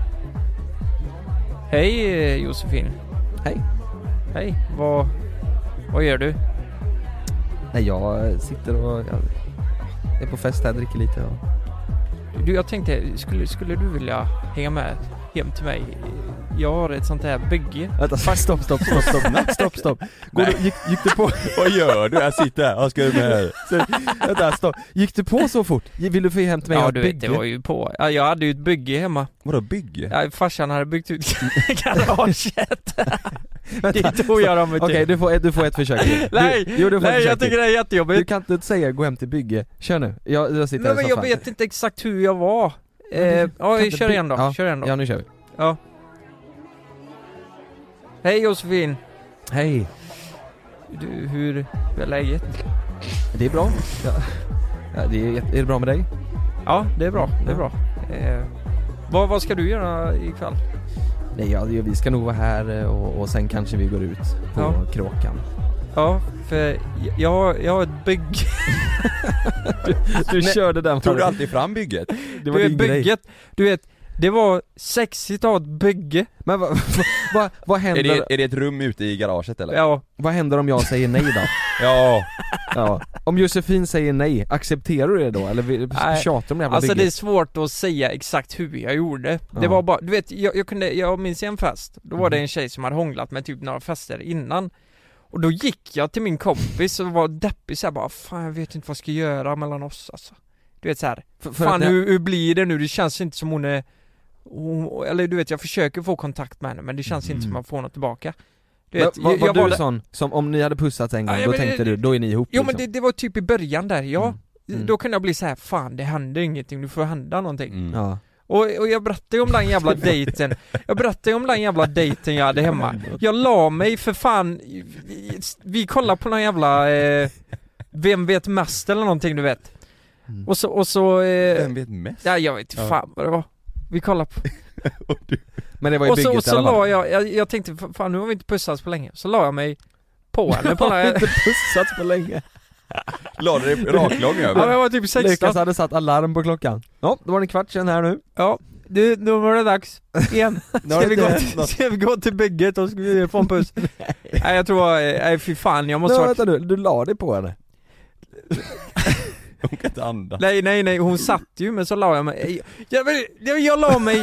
Speaker 8: Hej Josefin. Hej. Vad gör du?
Speaker 9: Nej, jag sitter och är på fest här, dricker lite och...
Speaker 8: Du, jag tänkte, skulle du vilja hänga med hem till mig? Jag har ett sånt här bygge.
Speaker 9: Vänta, stopp. Gick du på?
Speaker 7: Vad gör du? Jag sitter här, vad ska du med?
Speaker 9: Vänta, stopp. Gick du på så fort? Vill du få hem till mig?
Speaker 8: Ja, du vet, det var ju på. Ja, jag hade ju ett bygge hemma.
Speaker 7: Vadå bygge?
Speaker 8: Ja, farsan hade byggt ut garaget. Det tog jag dem.
Speaker 9: Okej, du får ett försök.
Speaker 8: Nej, jag tycker det är jättejobbigt.
Speaker 9: Du kan inte säga gå hem till bygge. Kör nu. Jag sitter här.
Speaker 8: Men jag vet inte exakt hur jag var. Kör igen då.
Speaker 9: Ja, nu kör vi.
Speaker 8: Ja. Hej Josefin.
Speaker 9: Hej.
Speaker 8: Hur är läget?
Speaker 9: Det är bra. Ja, är det bra med dig?
Speaker 8: Ja, det är bra. Det är bra. Vad ska du göra ikväll?
Speaker 9: Nej, vi ska nog vara här och sen kanske vi går ut på Kråkan.
Speaker 8: Ja, för jag har ett bygge.
Speaker 9: du körde den.
Speaker 7: Tog du alltid fram bygget?
Speaker 9: Det var din
Speaker 8: bygget.
Speaker 9: Grej.
Speaker 8: Du vet, det var sexigt att ha ett bygge.
Speaker 9: Men vad händer?
Speaker 7: Är det ett rum ute i garaget eller?
Speaker 8: Ja.
Speaker 9: Vad händer om jag säger nej då? Ja. Om Josefin säger nej, accepterar du det då? Eller tjatar om det jävla bygget?
Speaker 8: Det är svårt att säga exakt hur jag gjorde. Det var bara, du vet, jag minns en fest. Då var det en tjej som hade hånglat med typ några fester innan. Och då gick jag till min kompis och var deppig så här, bara, fan jag vet inte vad jag ska göra mellan oss alltså. Du vet så här, fan hur blir det nu? Det känns inte som hon är eller du vet, jag försöker få kontakt med henne, men det känns inte som att får något tillbaka. Du vet,
Speaker 9: var du sån som om ni hade pussat en gång, då tänkte du, då är ni ihop?
Speaker 8: Jo, liksom. Men det var typ i början där, då kunde jag bli så här, fan det händer ingenting, nu får hända någonting.
Speaker 9: Ja.
Speaker 8: Och jag berättade om den jävla dejten. Jag hade hemma. Jag la mig för fan. Vi kollade på någon jävla Vem vet mest eller någonting, du vet. Och så
Speaker 7: Vem vet mest?
Speaker 8: Ja, jag vet fan vad det var. Vi kollade på
Speaker 9: Men det var ju bygget
Speaker 8: och så
Speaker 9: i alla fall.
Speaker 8: jag tänkte, fan nu har vi inte pussats på länge. Så la jag mig på henne.
Speaker 9: Har vi inte pussats på länge.
Speaker 7: La du dig raklång över?
Speaker 8: Ja, jag var typ 16.
Speaker 9: Lukas hade satt alarm på klockan. Ja, då var det en kvart sedan här nu.
Speaker 8: Ja, då var det dags igen. Ska vi gå till bygget och ska vi få en puss? Nej, jag tror, nej fy fan, jag måste
Speaker 9: vänta du la dig på henne.
Speaker 7: Hon kan inte andas.
Speaker 8: Nej, hon satt ju, men så la jag mig. Jag la mig.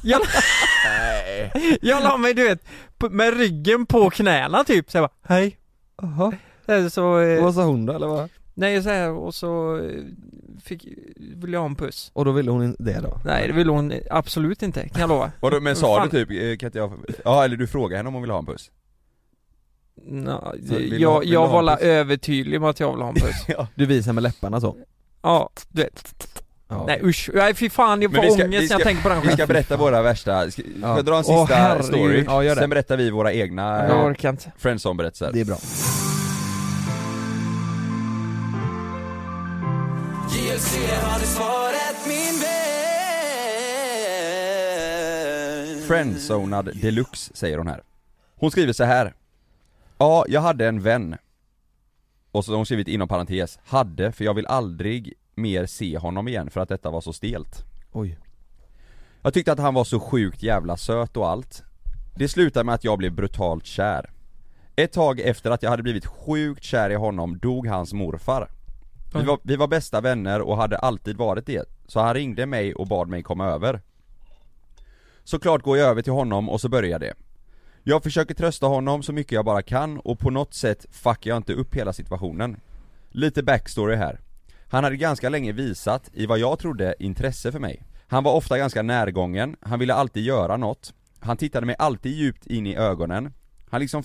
Speaker 8: Jag la mig, du vet, med ryggen på knäna typ. Så jag bara, hej.
Speaker 9: Jaha.
Speaker 8: Så,
Speaker 9: vad sa hon då, eller vad?
Speaker 8: Nej, så här, och så ville jag ha en puss.
Speaker 9: Och då ville hon det då?
Speaker 8: Nej, det ville hon absolut inte, kan jag lova.
Speaker 7: Men sa du typ, kan inte jag... Ja, eller du frågade henne om hon ville ha en puss?
Speaker 8: No, jag var övertydlig med att jag vill ha en puss.
Speaker 9: Ja. Du visar med läpparna så?
Speaker 8: Ja, du vet. Ja. Nej usch, nej fy fan, jag får ångest när jag tänker på den.
Speaker 7: Vi ska berätta våra värsta, jag dra en sista story, sen berättar vi våra egna friendzone-berättelser.
Speaker 9: Det är bra.
Speaker 6: JLC hade svaret min vän.
Speaker 7: Friendzonad deluxe, säger hon här. Hon skriver så här: ja, jag hade en vän. Och så har hon skrivit inom parentes, hade, för jag vill aldrig mer se honom igen för att detta var så stelt.
Speaker 9: Oj.
Speaker 7: Jag tyckte att han var så sjukt jävla söt och allt. Det slutade med att jag blev brutalt kär. Ett tag efter att jag hade blivit sjukt kär i honom dog hans morfar. Vi var bästa vänner och hade alltid varit det. Så han ringde mig och bad mig komma över. Såklart går jag över till honom och så börjar det. Jag försöker trösta honom så mycket jag bara kan och på något sätt fuckar jag inte upp hela situationen. Lite backstory här. Han hade ganska länge visat, i vad jag trodde, intresse för mig. Han var ofta ganska närgången, han ville alltid göra något. Han tittade mig alltid djupt in i ögonen. Han liksom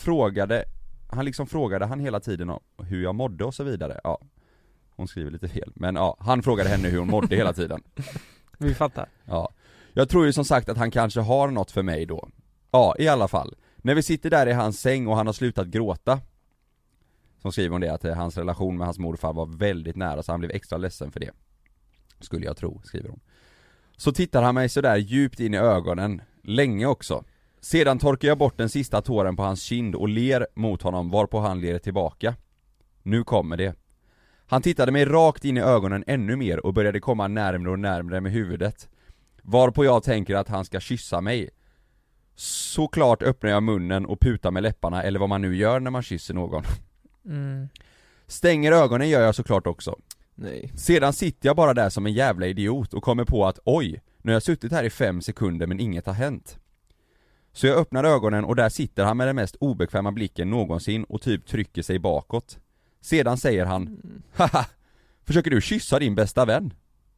Speaker 7: frågade han hela tiden om hur jag mådde och så vidare. Ja, hon skriver lite fel. Men ja, han frågade henne hur hon mådde hela tiden.
Speaker 8: Vi fattar.
Speaker 7: Ja, jag tror ju som sagt att han kanske har något för mig då. Ja, i alla fall. När vi sitter där i hans säng och han har slutat gråta, så skriver hon det att hans relation med hans morfar var väldigt nära, så han blev extra ledsen för det. Skulle jag tro, skriver hon. Så tittar han mig så där djupt in i ögonen, länge också. Sedan torkar jag bort den sista tåren på hans kind och ler mot honom, varpå han ler tillbaka. Nu kommer det. Han tittade mig rakt in i ögonen ännu mer och började komma närmare och närmare med huvudet. Varpå jag tänker att han ska kyssa mig. Såklart öppnar jag munnen och putar med läpparna, eller vad man nu gör när man kysser någon. Stänger ögonen gör jag såklart också.
Speaker 9: Nej.
Speaker 7: Sedan sitter jag bara där som en jävla idiot och kommer på att oj, nu har jag suttit här i 5 sekunder men inget har hänt. Så jag öppnar ögonen och där sitter han med den mest obekväma blicken någonsin och typ trycker sig bakåt. Sedan säger han, haha, försöker du kyssa din bästa vän?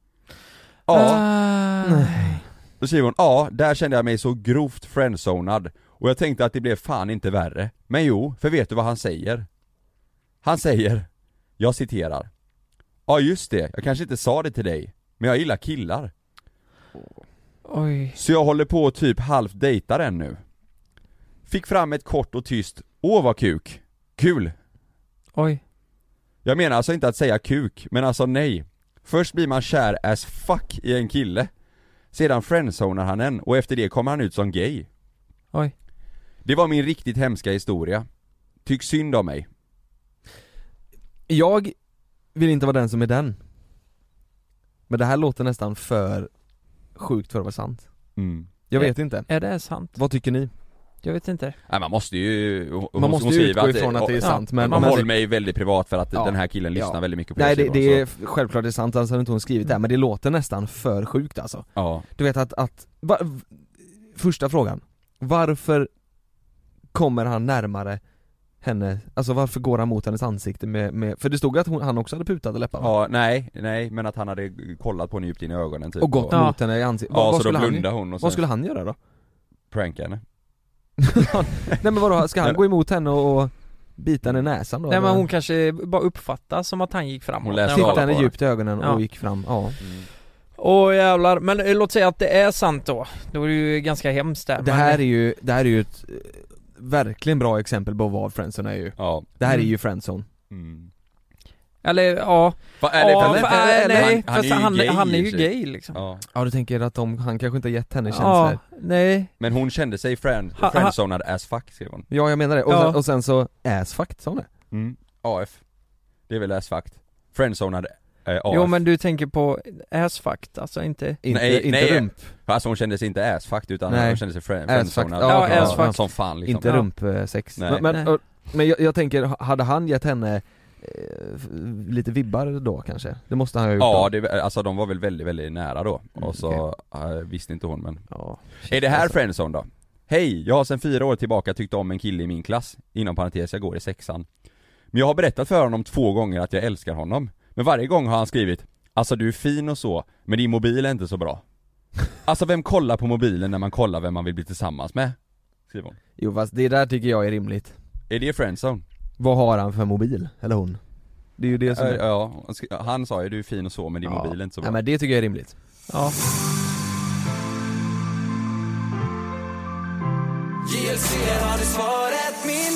Speaker 7: Ja.
Speaker 9: Nej.
Speaker 7: Då skriver hon, ja, där kände jag mig så grovt friendzonad och jag tänkte att det blev fan inte värre. Men jo, för vet du vad han säger? Han säger, jag citerar, ja just det, jag kanske inte sa det till dig, men jag gillar killar.
Speaker 8: Oj.
Speaker 7: Så jag håller på typ halvt dejtar ännu. Fick fram ett kort och tyst, åh vad kuk, kul.
Speaker 8: Oj.
Speaker 7: Jag menar alltså inte att säga kuk, men alltså nej. Först blir man kär as fuck i en kille. Sedan friendzonar han en och efter det kommer han ut som gay.
Speaker 8: Oj.
Speaker 7: Det var min riktigt hemska historia. Tyck synd om mig.
Speaker 9: Jag vill inte vara den som är den. Men det här låter nästan för sjukt för att vara sant. Jag vet inte.
Speaker 8: Är det sant?
Speaker 9: Vad tycker ni?
Speaker 8: Jag vet inte.
Speaker 7: Nej, man måste ju
Speaker 9: utgå ifrån att det är sant, men
Speaker 7: man håller mig väldigt privat för att den här killen lyssnar väldigt mycket på
Speaker 9: det. Nej, det är självklart det är sant, alltså har inte hon skrivit det här, men det låter nästan för sjukt alltså.
Speaker 7: Ja.
Speaker 9: Du vet att första frågan, varför kommer han närmare henne, alltså varför går han mot hennes ansikte med för det stod att han också hade putade läppar.
Speaker 7: Ja, nej, men att han hade kollat på henne djupt in i ögonen typ.
Speaker 9: Och gått mot henne i ansiktet.
Speaker 7: Ja, så då blundade hon och
Speaker 9: vad skulle han göra då?
Speaker 7: Pranka henne.
Speaker 9: Nej men vadå, ska han gå emot henne och bita henne i näsan då?
Speaker 8: Nej, men hon kanske bara uppfattar som att han gick fram.
Speaker 7: Hon
Speaker 9: tittade henne djupt i ögonen och gick fram,
Speaker 8: Åh jävlar, men låt säga att det är sant då. Då är det ju ganska hemskt där.
Speaker 9: Det här är ju ett verkligen bra exempel på vad friendzone är ju.
Speaker 7: Ja.
Speaker 9: Det här är ju friendzone.
Speaker 8: Eller ja.
Speaker 7: Nej,
Speaker 8: han är ju gay liksom.
Speaker 9: Ja, du tänker att han kanske inte har gett henne känslor.
Speaker 8: Nej.
Speaker 7: Men hon kände sig friendzonad as fuck, skrev hon.
Speaker 9: Ja, jag menar det. Och sen så as fuck, sa hon det.
Speaker 7: AF. Det är väl as fuck. Friendzonad AF.
Speaker 8: Jo, men du tänker på as fuck, alltså inte
Speaker 7: rump. Alltså hon kände sig inte as fuck, utan hon kände sig friendzonad.
Speaker 8: As fuck.
Speaker 7: Som fan liksom.
Speaker 9: Inte rumpsex. Men jag tänker, hade han gett henne lite vibbar då kanske? Det måste han ha gjort.
Speaker 7: Ja, alltså de var väl väldigt, väldigt nära då. Och så visste inte hon, men är det här friendzone då? Hej, jag har sedan 4 år tillbaka tyckt om en kille i min klass. Inom parentes, jag går i 6:an. Men jag har berättat för honom 2 gånger att jag älskar honom. Men varje gång har han skrivit: alltså du är fin och så, men din mobil är inte så bra. Alltså vem kollar på mobilen när man kollar vem man vill bli tillsammans med? Skriver hon.
Speaker 9: Jo, fast det där tycker jag är rimligt.
Speaker 7: Är det friendzone?
Speaker 9: Vad har han för mobil? Eller hon? Det är ju det som
Speaker 7: han sa ju du är fin och så, men din mobil är inte så bra.
Speaker 9: Ja, men det tycker jag är rimligt.
Speaker 8: Ja.
Speaker 6: JLC har det svaret, min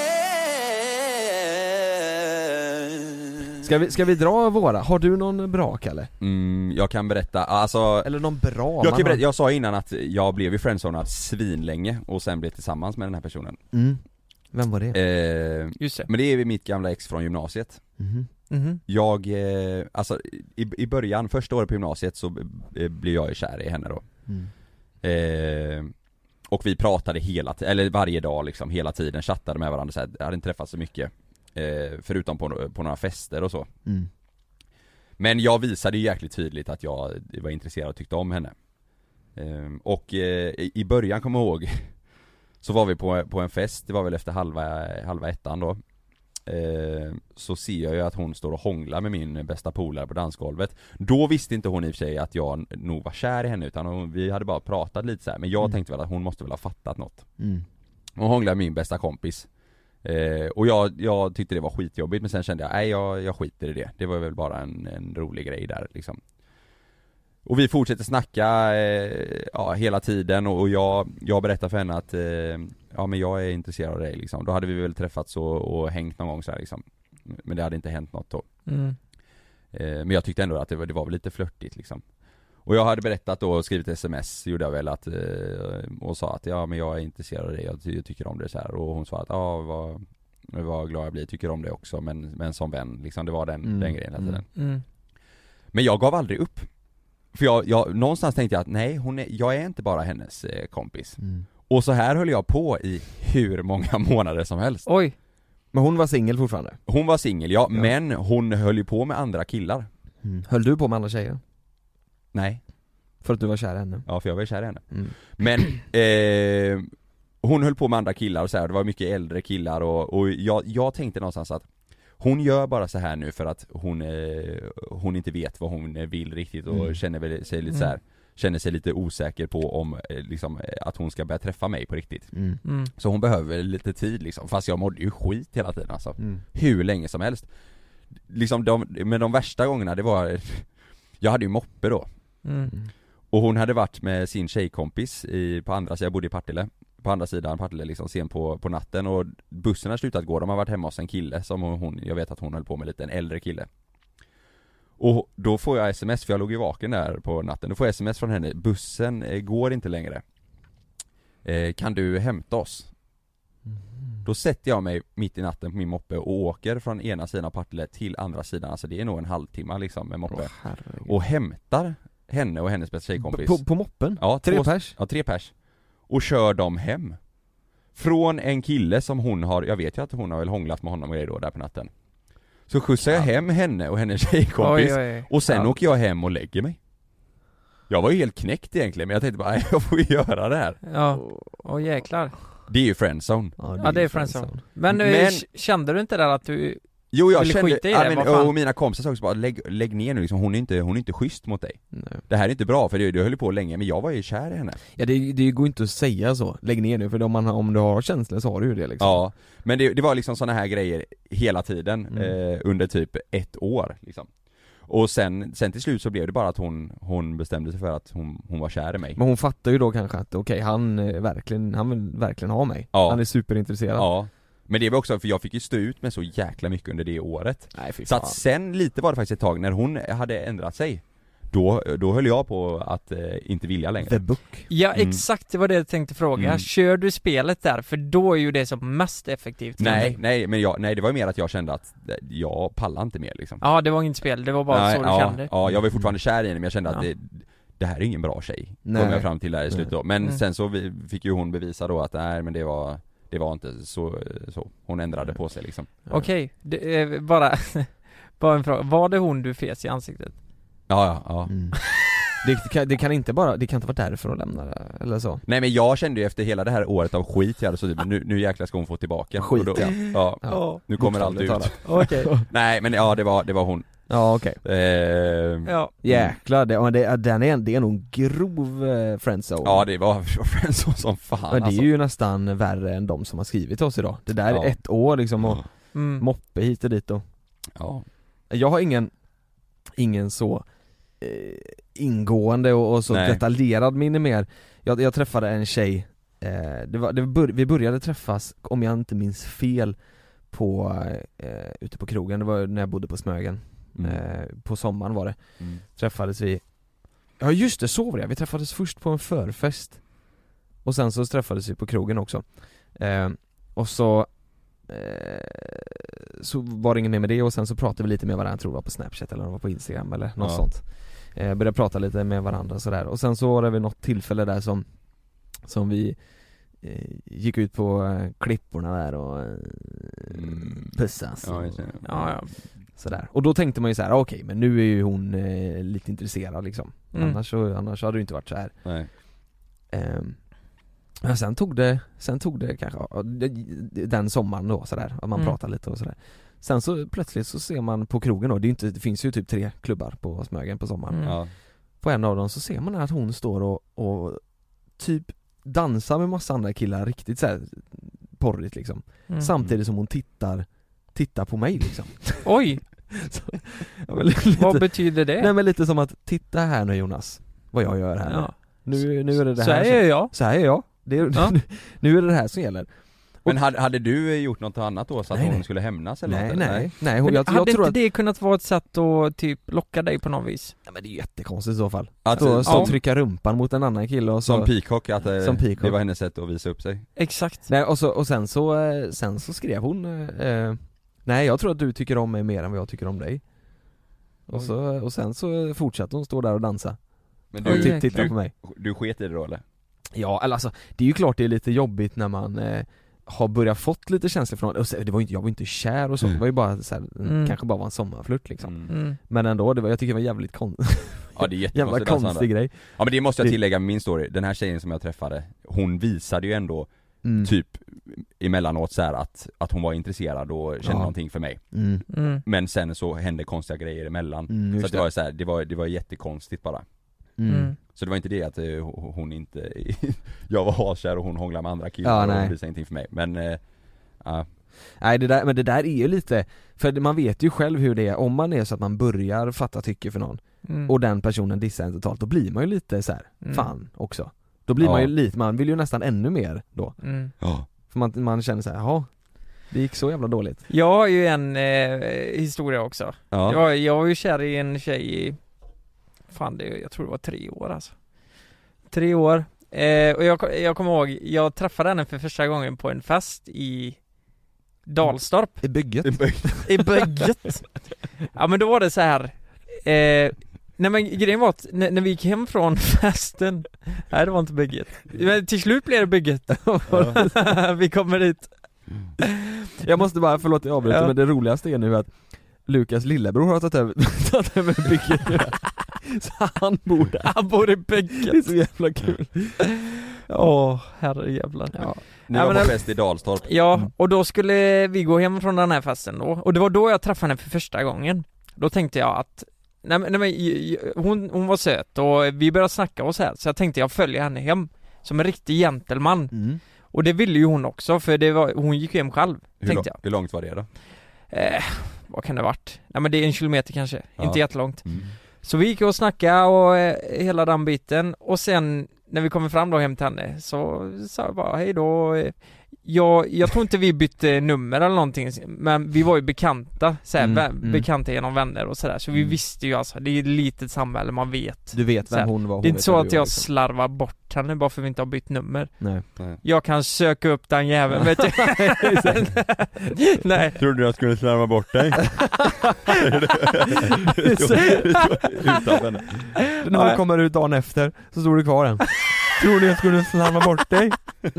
Speaker 6: vän.
Speaker 9: Ska vi dra våra? Har du någon bra, Kalle?
Speaker 7: Jag kan berätta, alltså.
Speaker 9: Eller någon bra?
Speaker 7: Jag sa innan att jag blev i friendzonad svinlänge och sen blev tillsammans med den här personen.
Speaker 9: Vem var det?
Speaker 8: Just det.
Speaker 7: Men det är mitt gamla ex från gymnasiet. Jag, alltså i början, första året på gymnasiet så blev jag kär i henne då. Och vi pratade eller varje dag liksom, hela tiden, chattade med varandra så här. Jag hade inte träffat så mycket, förutom på några fester och så. Men jag visade ju jäkligt tydligt att jag var intresserad och tyckte om henne. Och i början, kommer jag ihåg, så var vi på en fest, det var väl efter halva ettan då. Så ser jag ju att hon står och hånglar med min bästa polare på dansgolvet. Då visste inte hon i och för sig att jag nog var kär i henne, utan vi hade bara pratat lite så här. Men jag tänkte väl att hon måste väl ha fattat något. Hon hånglade med min bästa kompis. Och jag tyckte det var skitjobbigt, men sen kände jag, nej jag skiter i det. Det var väl bara en rolig grej där liksom. Och vi fortsätter snacka hela tiden, och jag berättar för henne att men jag är intresserad av dig liksom. Då hade vi väl träffats och hängt någon gång så här liksom. Men det hade inte hänt något då. Men jag tyckte ändå att det var väl lite flörtigt liksom. Och jag hade berättat då, skrivit sms, gjorde jag väl att, och sa att men jag är intresserad av dig, jag tycker om det så här. Och hon sa att vad glad jag blir, tycker om det också, men som vän liksom, det var den grejen hela tiden. Men jag gav aldrig upp. För jag någonstans tänkte jag att nej, jag är inte bara hennes kompis. Och så här höll jag på i hur många månader som helst.
Speaker 8: Oj.
Speaker 9: Men hon var singel fortfarande?
Speaker 7: Hon var singel, ja, men hon höll ju på med andra killar.
Speaker 9: Höll du på med andra tjejer?
Speaker 7: Nej.
Speaker 9: För att du var kär i henne?
Speaker 7: Ja, för jag var kär i henne. Men hon höll på med andra killar och så här, det var mycket äldre killar, och jag tänkte någonstans att hon gör bara så här nu för att hon inte vet vad hon vill riktigt, och känner sig lite så här, känner sig lite osäker på om liksom, att hon ska börja träffa mig på riktigt. Så hon behöver lite tid liksom, fast jag mådde ju skit hela tiden alltså. Hur länge som helst. Liksom men de värsta gångerna, det var jag hade ju moppe då. Och hon hade varit med sin tjejkompis på andra sidan, jag bodde i Partille. På andra sidan Partille liksom, sen på natten, och bussen har slutat gå. De har varit hemma hos en kille som jag vet att hon höll på med, lite en äldre kille. Och då får jag sms, för jag låg ju vaken där på natten. Då får jag sms från henne: bussen går inte längre. Kan du hämta oss? Då sätter jag mig mitt i natten på min moppe och åker från ena sidan av Partille till andra sidan. Alltså det är nog en halvtimme liksom med moppe. Och hämtar henne och hennes bästa tjejkompis.
Speaker 9: På moppen?
Speaker 7: Ja,
Speaker 9: 3 pers?
Speaker 7: Ja, 3 pers. Och kör dem hem. Från en kille som hon har, jag vet ju att hon har väl hånglat med honom och grejer då där på natten. Så skjutsar jag hem henne och hennes tjejkompis. Och sen åker jag hem och lägger mig. Jag var ju helt knäckt egentligen, men jag tänkte bara, jag får ju göra det här.
Speaker 8: Ja, jäklar.
Speaker 7: Det är ju friendzone.
Speaker 8: Ja, det är friendzone. Men kände du inte där att du
Speaker 7: jag kände, och mina kompisar sa också bara, lägg ner nu liksom, hon är inte schysst mot dig. Nej. Det här är inte bra, för du höll på länge, men jag var ju kär i henne.
Speaker 9: Ja, det går inte att säga så, lägg ner nu, för om du har känslor så har du ju det liksom.
Speaker 7: Ja, men det var liksom såna här grejer hela tiden, under typ 1 år liksom. Och sen till slut så blev det bara att hon bestämde sig för att hon var kär i mig.
Speaker 9: Men hon fattar ju då kanske att okej, han vill verkligen ha mig. Ja. Han är superintresserad.
Speaker 7: Ja. Men det var också för jag fick ju stå ut med så jäkla mycket under det året.
Speaker 9: Nej, fy
Speaker 7: så
Speaker 9: fan.
Speaker 7: att sen lite var det faktiskt ett tag när hon hade ändrat sig. Då höll jag på att inte vilja längre.
Speaker 9: The book.
Speaker 8: Ja, exakt, det var det jag tänkte fråga. Kör du spelet där? För då är ju det som mest effektivt.
Speaker 7: Nej, det var ju mer att jag kände att jag pallar inte mer liksom.
Speaker 8: Ja, det var inget spel, det var bara så du kände.
Speaker 7: Ja, jag var fortfarande kär i henne, men jag kände att det här är ingen bra tjej. Kom jag fram till där i slutet då. Men sen så fick ju hon bevisa då att nej, men det var inte så. Hon ändrade på sig liksom.
Speaker 8: Okej, bara en fråga. Var det hon du fes i ansiktet?
Speaker 7: Ja.
Speaker 9: Det kan inte vara därför att lämna det, eller så.
Speaker 7: Nej, men jag kände ju efter hela det här året av skit jag hade så men nu jäklar ska hon få tillbaka.
Speaker 9: Skit,
Speaker 7: ja. Nu kommer allt ut.
Speaker 8: Okej.
Speaker 7: Nej, men ja, det var hon.
Speaker 9: Ja, okej.
Speaker 8: Ja.
Speaker 9: Jäklar, det är nog grov friendzone.
Speaker 7: Ja, det var friendzone som fan.
Speaker 9: Men det är ju nästan värre än de som har skrivit oss idag. Det där är 1 år liksom och moppe hit och dit och.
Speaker 7: Ja.
Speaker 9: Jag har ingen så ingående och så detaljerad minne mer. Jag träffade en tjej. Vi började träffas, om jag inte minns fel, ute på krogen. Det var när jag bodde på Smögen. På sommaren var det. Träffades vi. Ja just det, så var det. Vi träffades först på en förfest. Och sen så träffades vi på krogen också. Och så var det inget mer med det. Och sen så pratade vi lite med varandra. Jag tror det var på Snapchat eller det var på Instagram eller något sånt. Började prata lite med varandra sådär. Och sen så var det vid något tillfälle där som vi gick ut på klipporna där och pussas.
Speaker 8: Ja.
Speaker 9: Sådär. Och då tänkte man ju såhär, okej, men nu är ju hon lite intresserad liksom. Annars hade det inte varit så här.
Speaker 7: Nej.
Speaker 9: Men sen tog det kanske den sommaren då sådär, att man pratar lite och sådär. Sen så plötsligt så ser man på krogen då, det finns ju typ 3 klubbar på Smögen på sommaren. På en av dem så ser man att hon står och typ dansar med massa andra killar riktigt så här porrigt liksom. Samtidigt som hon tittar på mig liksom.
Speaker 8: Oj.
Speaker 9: Så,
Speaker 8: vad betyder det?
Speaker 9: Nej, men lite som att titta här nu Jonas, vad jag gör här.
Speaker 8: Ja.
Speaker 9: Nu är det
Speaker 8: så
Speaker 9: här. Så här är jag. Nu är det här som gäller.
Speaker 7: Men hade du gjort något annat då så att hon skulle hämnas eller något?
Speaker 9: Nej.
Speaker 8: Jag hade tror inte det kunnat vara ett sätt att typ locka dig på något vis?
Speaker 9: Ja, men det är jättekonstigt i så fall.
Speaker 7: Att
Speaker 9: trycka rumpan mot en annan kille och så,
Speaker 7: som Peacock, att det var hennes sätt att visa upp sig.
Speaker 8: Exakt.
Speaker 9: Nej, och sen så skrev hon nej, jag tror att du tycker om mig mer än vad jag tycker om dig. Och sen så fortsatte hon stå där och dansa.
Speaker 7: Men du
Speaker 9: titta på mig.
Speaker 7: Du sket i det då eller?
Speaker 9: Ja, alltså det är ju klart det är lite jobbigt när man har börjat fått lite känslor från det var inte, jag var inte kär och så, det var ju bara så här, kanske bara var en sommarflört liksom. Men ändå, jag tycker det var jävligt
Speaker 7: ja, det är
Speaker 9: jävla konstig grej.
Speaker 7: Ja, men det måste jag tillägga med min story. Den här tjejen som jag träffade, hon visade ju ändå typ emellanåt så här att hon var intresserad och kände någonting för mig. Men sen så hände konstiga grejer emellan. Så att det var så här, det var jättekonstigt bara. Så det var inte det att hon inte jag var haskär och hon hånglade med andra killar och hon visade ingenting för mig. Men
Speaker 9: nej, det där är ju lite, för man vet ju själv hur det är om man är så att man börjar fatta tycke för någon och den personen dissar inte totalt, då blir man ju lite så här fan också. Då blir man ju lite, man vill ju nästan ännu mer då. För man känner så här, jaha, det gick så jävla dåligt.
Speaker 8: Jag har ju en historia också. Jag var ju kär i en tjej i jag tror det var 3 år alltså. 3 år. Och jag kommer ihåg, jag träffade henne för första gången på en fest i Dalstorp.
Speaker 9: I bygget.
Speaker 8: I bygget. Ja, men då var det så här. Nej, men grejen var att när vi gick hem från festen, nej, det var inte bygget. Men till slut blev det bygget. Vi kommer dit.
Speaker 9: Jag måste bara, förlåt jag avbryter, men det roligaste är nu att Lukas lillebror har tagit över bygget. Så han bor i bygget. Det är så jävla kul.
Speaker 8: Herrejävlar.
Speaker 7: Ni var på fest i Dalstorp.
Speaker 8: Ja, och då skulle vi gå hem från den här festen då. Och det var då jag träffade henne för första gången. Då tänkte jag att hon var söt och vi började snacka och så här. Så jag tänkte jag följer henne hem som en riktig gentleman. Och det ville ju hon också, för hon gick hem själv, tänkte jag.
Speaker 7: Hur långt var det då?
Speaker 8: Vad kan det ha varit? Nej, men det är 1 kilometer kanske, inte jättelångt. Så vi gick och snackade och hela den biten. Och sen när vi kommer fram då hem till henne så sa jag bara hej då. jag tror inte vi bytte nummer eller någonting, men vi var ju bekanta såhär, bekanta genom vänner och sådär, så vi visste ju alltså, det är ett litet samhälle, man vet.
Speaker 9: Du vet vem
Speaker 8: såhär.
Speaker 9: hon var.
Speaker 8: Det är inte så att jag slarvar bort henne bara för vi inte har bytt nummer.
Speaker 9: Nej.
Speaker 8: Jag kan söka upp den jäveln, vet du. Nej.
Speaker 7: Tror du jag skulle slarva bort dig?
Speaker 9: När hon kommer ut dagen efter så står du kvar än. Tror du jag skulle slarva bort dig?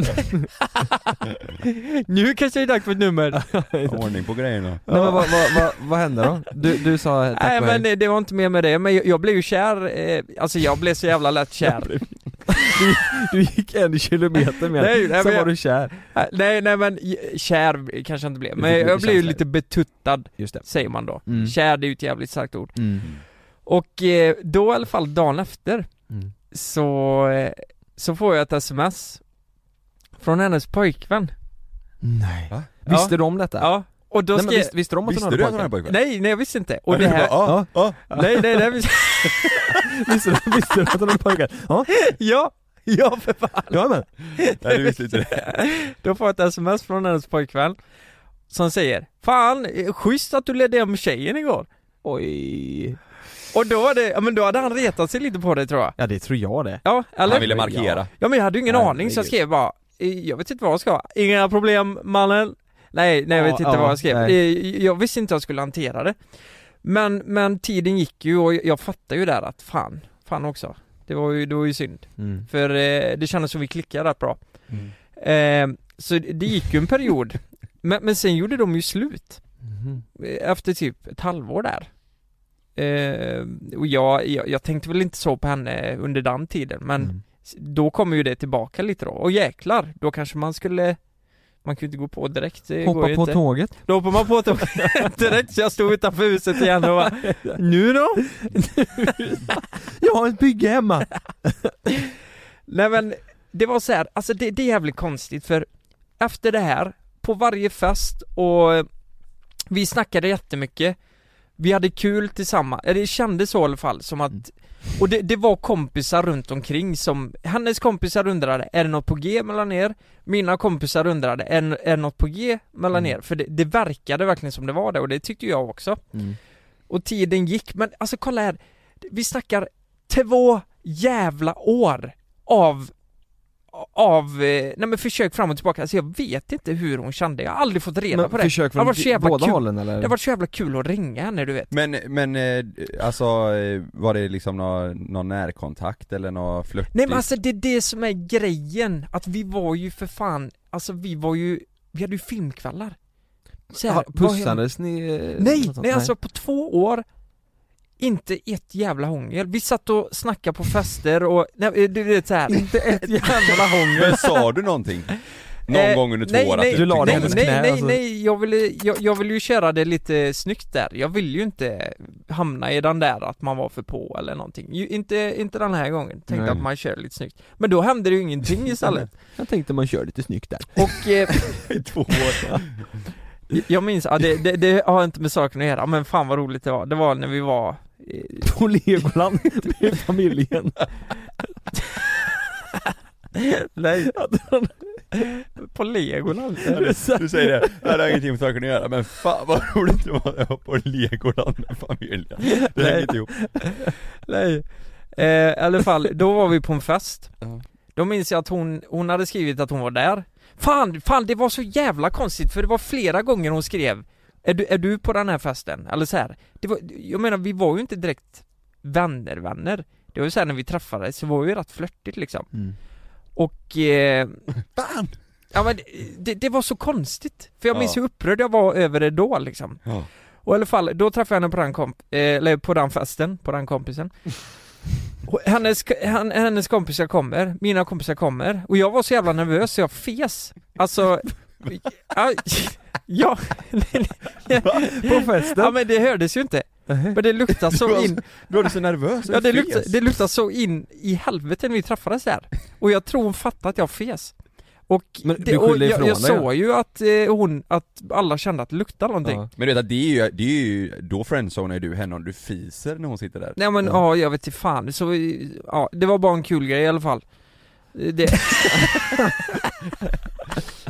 Speaker 8: Nu kanske det är dags för ett nummer.
Speaker 7: Ordning på grejerna.
Speaker 9: Nej, men vad hände då? Du sa tack.
Speaker 8: Nej, men det var inte mer med det. Men jag blev ju kär. Alltså jag blev så jävla lätt kär.
Speaker 9: Du gick 1 kilometer med.
Speaker 8: Nej,
Speaker 9: så var du kär.
Speaker 8: Nej men kär kanske jag inte blev. Men jag blev ju lite betuttad.
Speaker 9: Just det.
Speaker 8: Säger man då. Kär, det är ju ett jävligt starkt ord. Och då i alla fall dagen efter så får jag ett sms från hennes pojkvän.
Speaker 9: Nej. Va? Visste du om detta?
Speaker 8: Ja. Och då
Speaker 9: visste de att hon hade pojkvän?
Speaker 8: Nej, jag visste inte. Och det här Nej,
Speaker 9: visste du att hon hade pojkvän?
Speaker 8: Ja, för fan.
Speaker 9: Ja, men.
Speaker 7: Nej, du visste inte det.
Speaker 8: Då får jag ett sms från hennes pojkvän som säger: "Fan, schysst att du ledde hem tjejen igår."
Speaker 9: Oj.
Speaker 8: Och då var det, men då hade han retat sig lite på det, tror jag.
Speaker 9: Ja, det tror jag det.
Speaker 8: Ja, eller?
Speaker 7: Han ville markera.
Speaker 8: Ja, men jag hade ju ingen aning, så jag skrev bara: "Jag vet inte vad jag ska. Inga problem, mannen." Nej, jag vet inte vad jag skrev. Jag visste inte hur jag skulle hantera det. Men tiden gick ju och jag fattade ju där att fan också. Det var ju synd. För det kändes som vi klickade rätt bra. Så det gick ju en period. Men sen gjorde de ju slut. Efter typ ett halvår där. Och jag tänkte väl inte så på henne under den tiden. Men då kommer ju det tillbaka lite då. Och jäklar, då kanske man kan ju inte gå på direkt.
Speaker 9: Hoppa på tåget.
Speaker 8: Då hoppar man på tåget direkt, så jag stod utanför huset igen och bara, nu då?
Speaker 9: Jag har ett bygge hemma.
Speaker 8: Nej, men det var så här, alltså det är jävligt konstigt, för efter det här, på varje fest, och vi snackade jättemycket, vi hade kul tillsammans, det kändes så i alla fall som att, och det var kompisar runt omkring som, hennes kompisar undrade, är det något på G mellan er? Mina kompisar undrade, är det något på G mellan er? För det verkade verkligen som det var det, och det tyckte jag också. Och tiden gick, men alltså kolla här, vi snackar 2 jävla år av försök fram och tillbaka. Alltså jag vet inte hur hon kände. Jag har aldrig fått reda på det.
Speaker 9: Försök från båda hållen, eller?
Speaker 8: Det var så jävla kul att ringa henne, du vet.
Speaker 7: Men alltså, var det liksom någon närkontakt eller någon flörtigt?
Speaker 8: Nej, men alltså det är det som är grejen. Att vi var ju för fan, alltså vi hade ju filmkvällar.
Speaker 9: Pussades ni?
Speaker 8: Nej, alltså på 2 år inte ett jävla hångel. Vi satt och snackade på fester och du vet så här.
Speaker 9: Inte ett jävla hångel.
Speaker 7: Men sa du någonting? Någon gång under 2 år?
Speaker 9: Du la hennes knä.
Speaker 8: Nej, jag ville ju köra det lite snyggt där. Jag ville ju inte hamna i den där att man var för på eller någonting. Inte den här gången. Tänkte att man kör lite snyggt. Men då hände det ju ingenting istället.
Speaker 9: Jag tänkte man kör lite snyggt där.
Speaker 8: Och
Speaker 7: i 2 år.
Speaker 8: Jag minns, det har inte med saken att göra, men fan vad roligt det var. Det var när vi var
Speaker 9: på Legoland med familjen.
Speaker 8: Nej. På Legoland.
Speaker 7: Du säger det, det har ingenting med saken att göra, men fan vad roligt det var att vara på Legoland med familjen. Det hänger inte ihop.
Speaker 8: Nej. I alla fall, då var vi på en fest. Då minns jag att hon hade skrivit att hon var där. Fan, det var så jävla konstigt, för det var flera gånger hon skrev, är du på den här festen? Eller så här. Jag menar, vi var ju inte direkt vänner. Det var ju så här, när vi träffades så var ju rätt flörtigt liksom. Och
Speaker 7: fan!
Speaker 8: Ja, men det var så konstigt. För jag minns hur upprörd jag var över det då liksom. Och i alla fall, då träffade jag henne på den festen, på den kompisen. Och hennes kompisar kommer, mina kompisar kommer, och jag var så jävla nervös så jag fes. Alltså ja.
Speaker 9: På festen?
Speaker 8: Ja, men det hördes ju inte. Men det luktade så in.
Speaker 7: Du var så nervös.
Speaker 8: Ja, det luktade så in i helvete när vi träffades där. Och jag tror hon fattade att jag fes. Och jag såg ju att alla kände att det luktade någonting.
Speaker 7: Men du vet att det är ju då friendzone är du henne om du fiser när hon sitter där.
Speaker 8: Nej, men jag vet inte fan. Så det var bara en kul grej i alla fall. Det.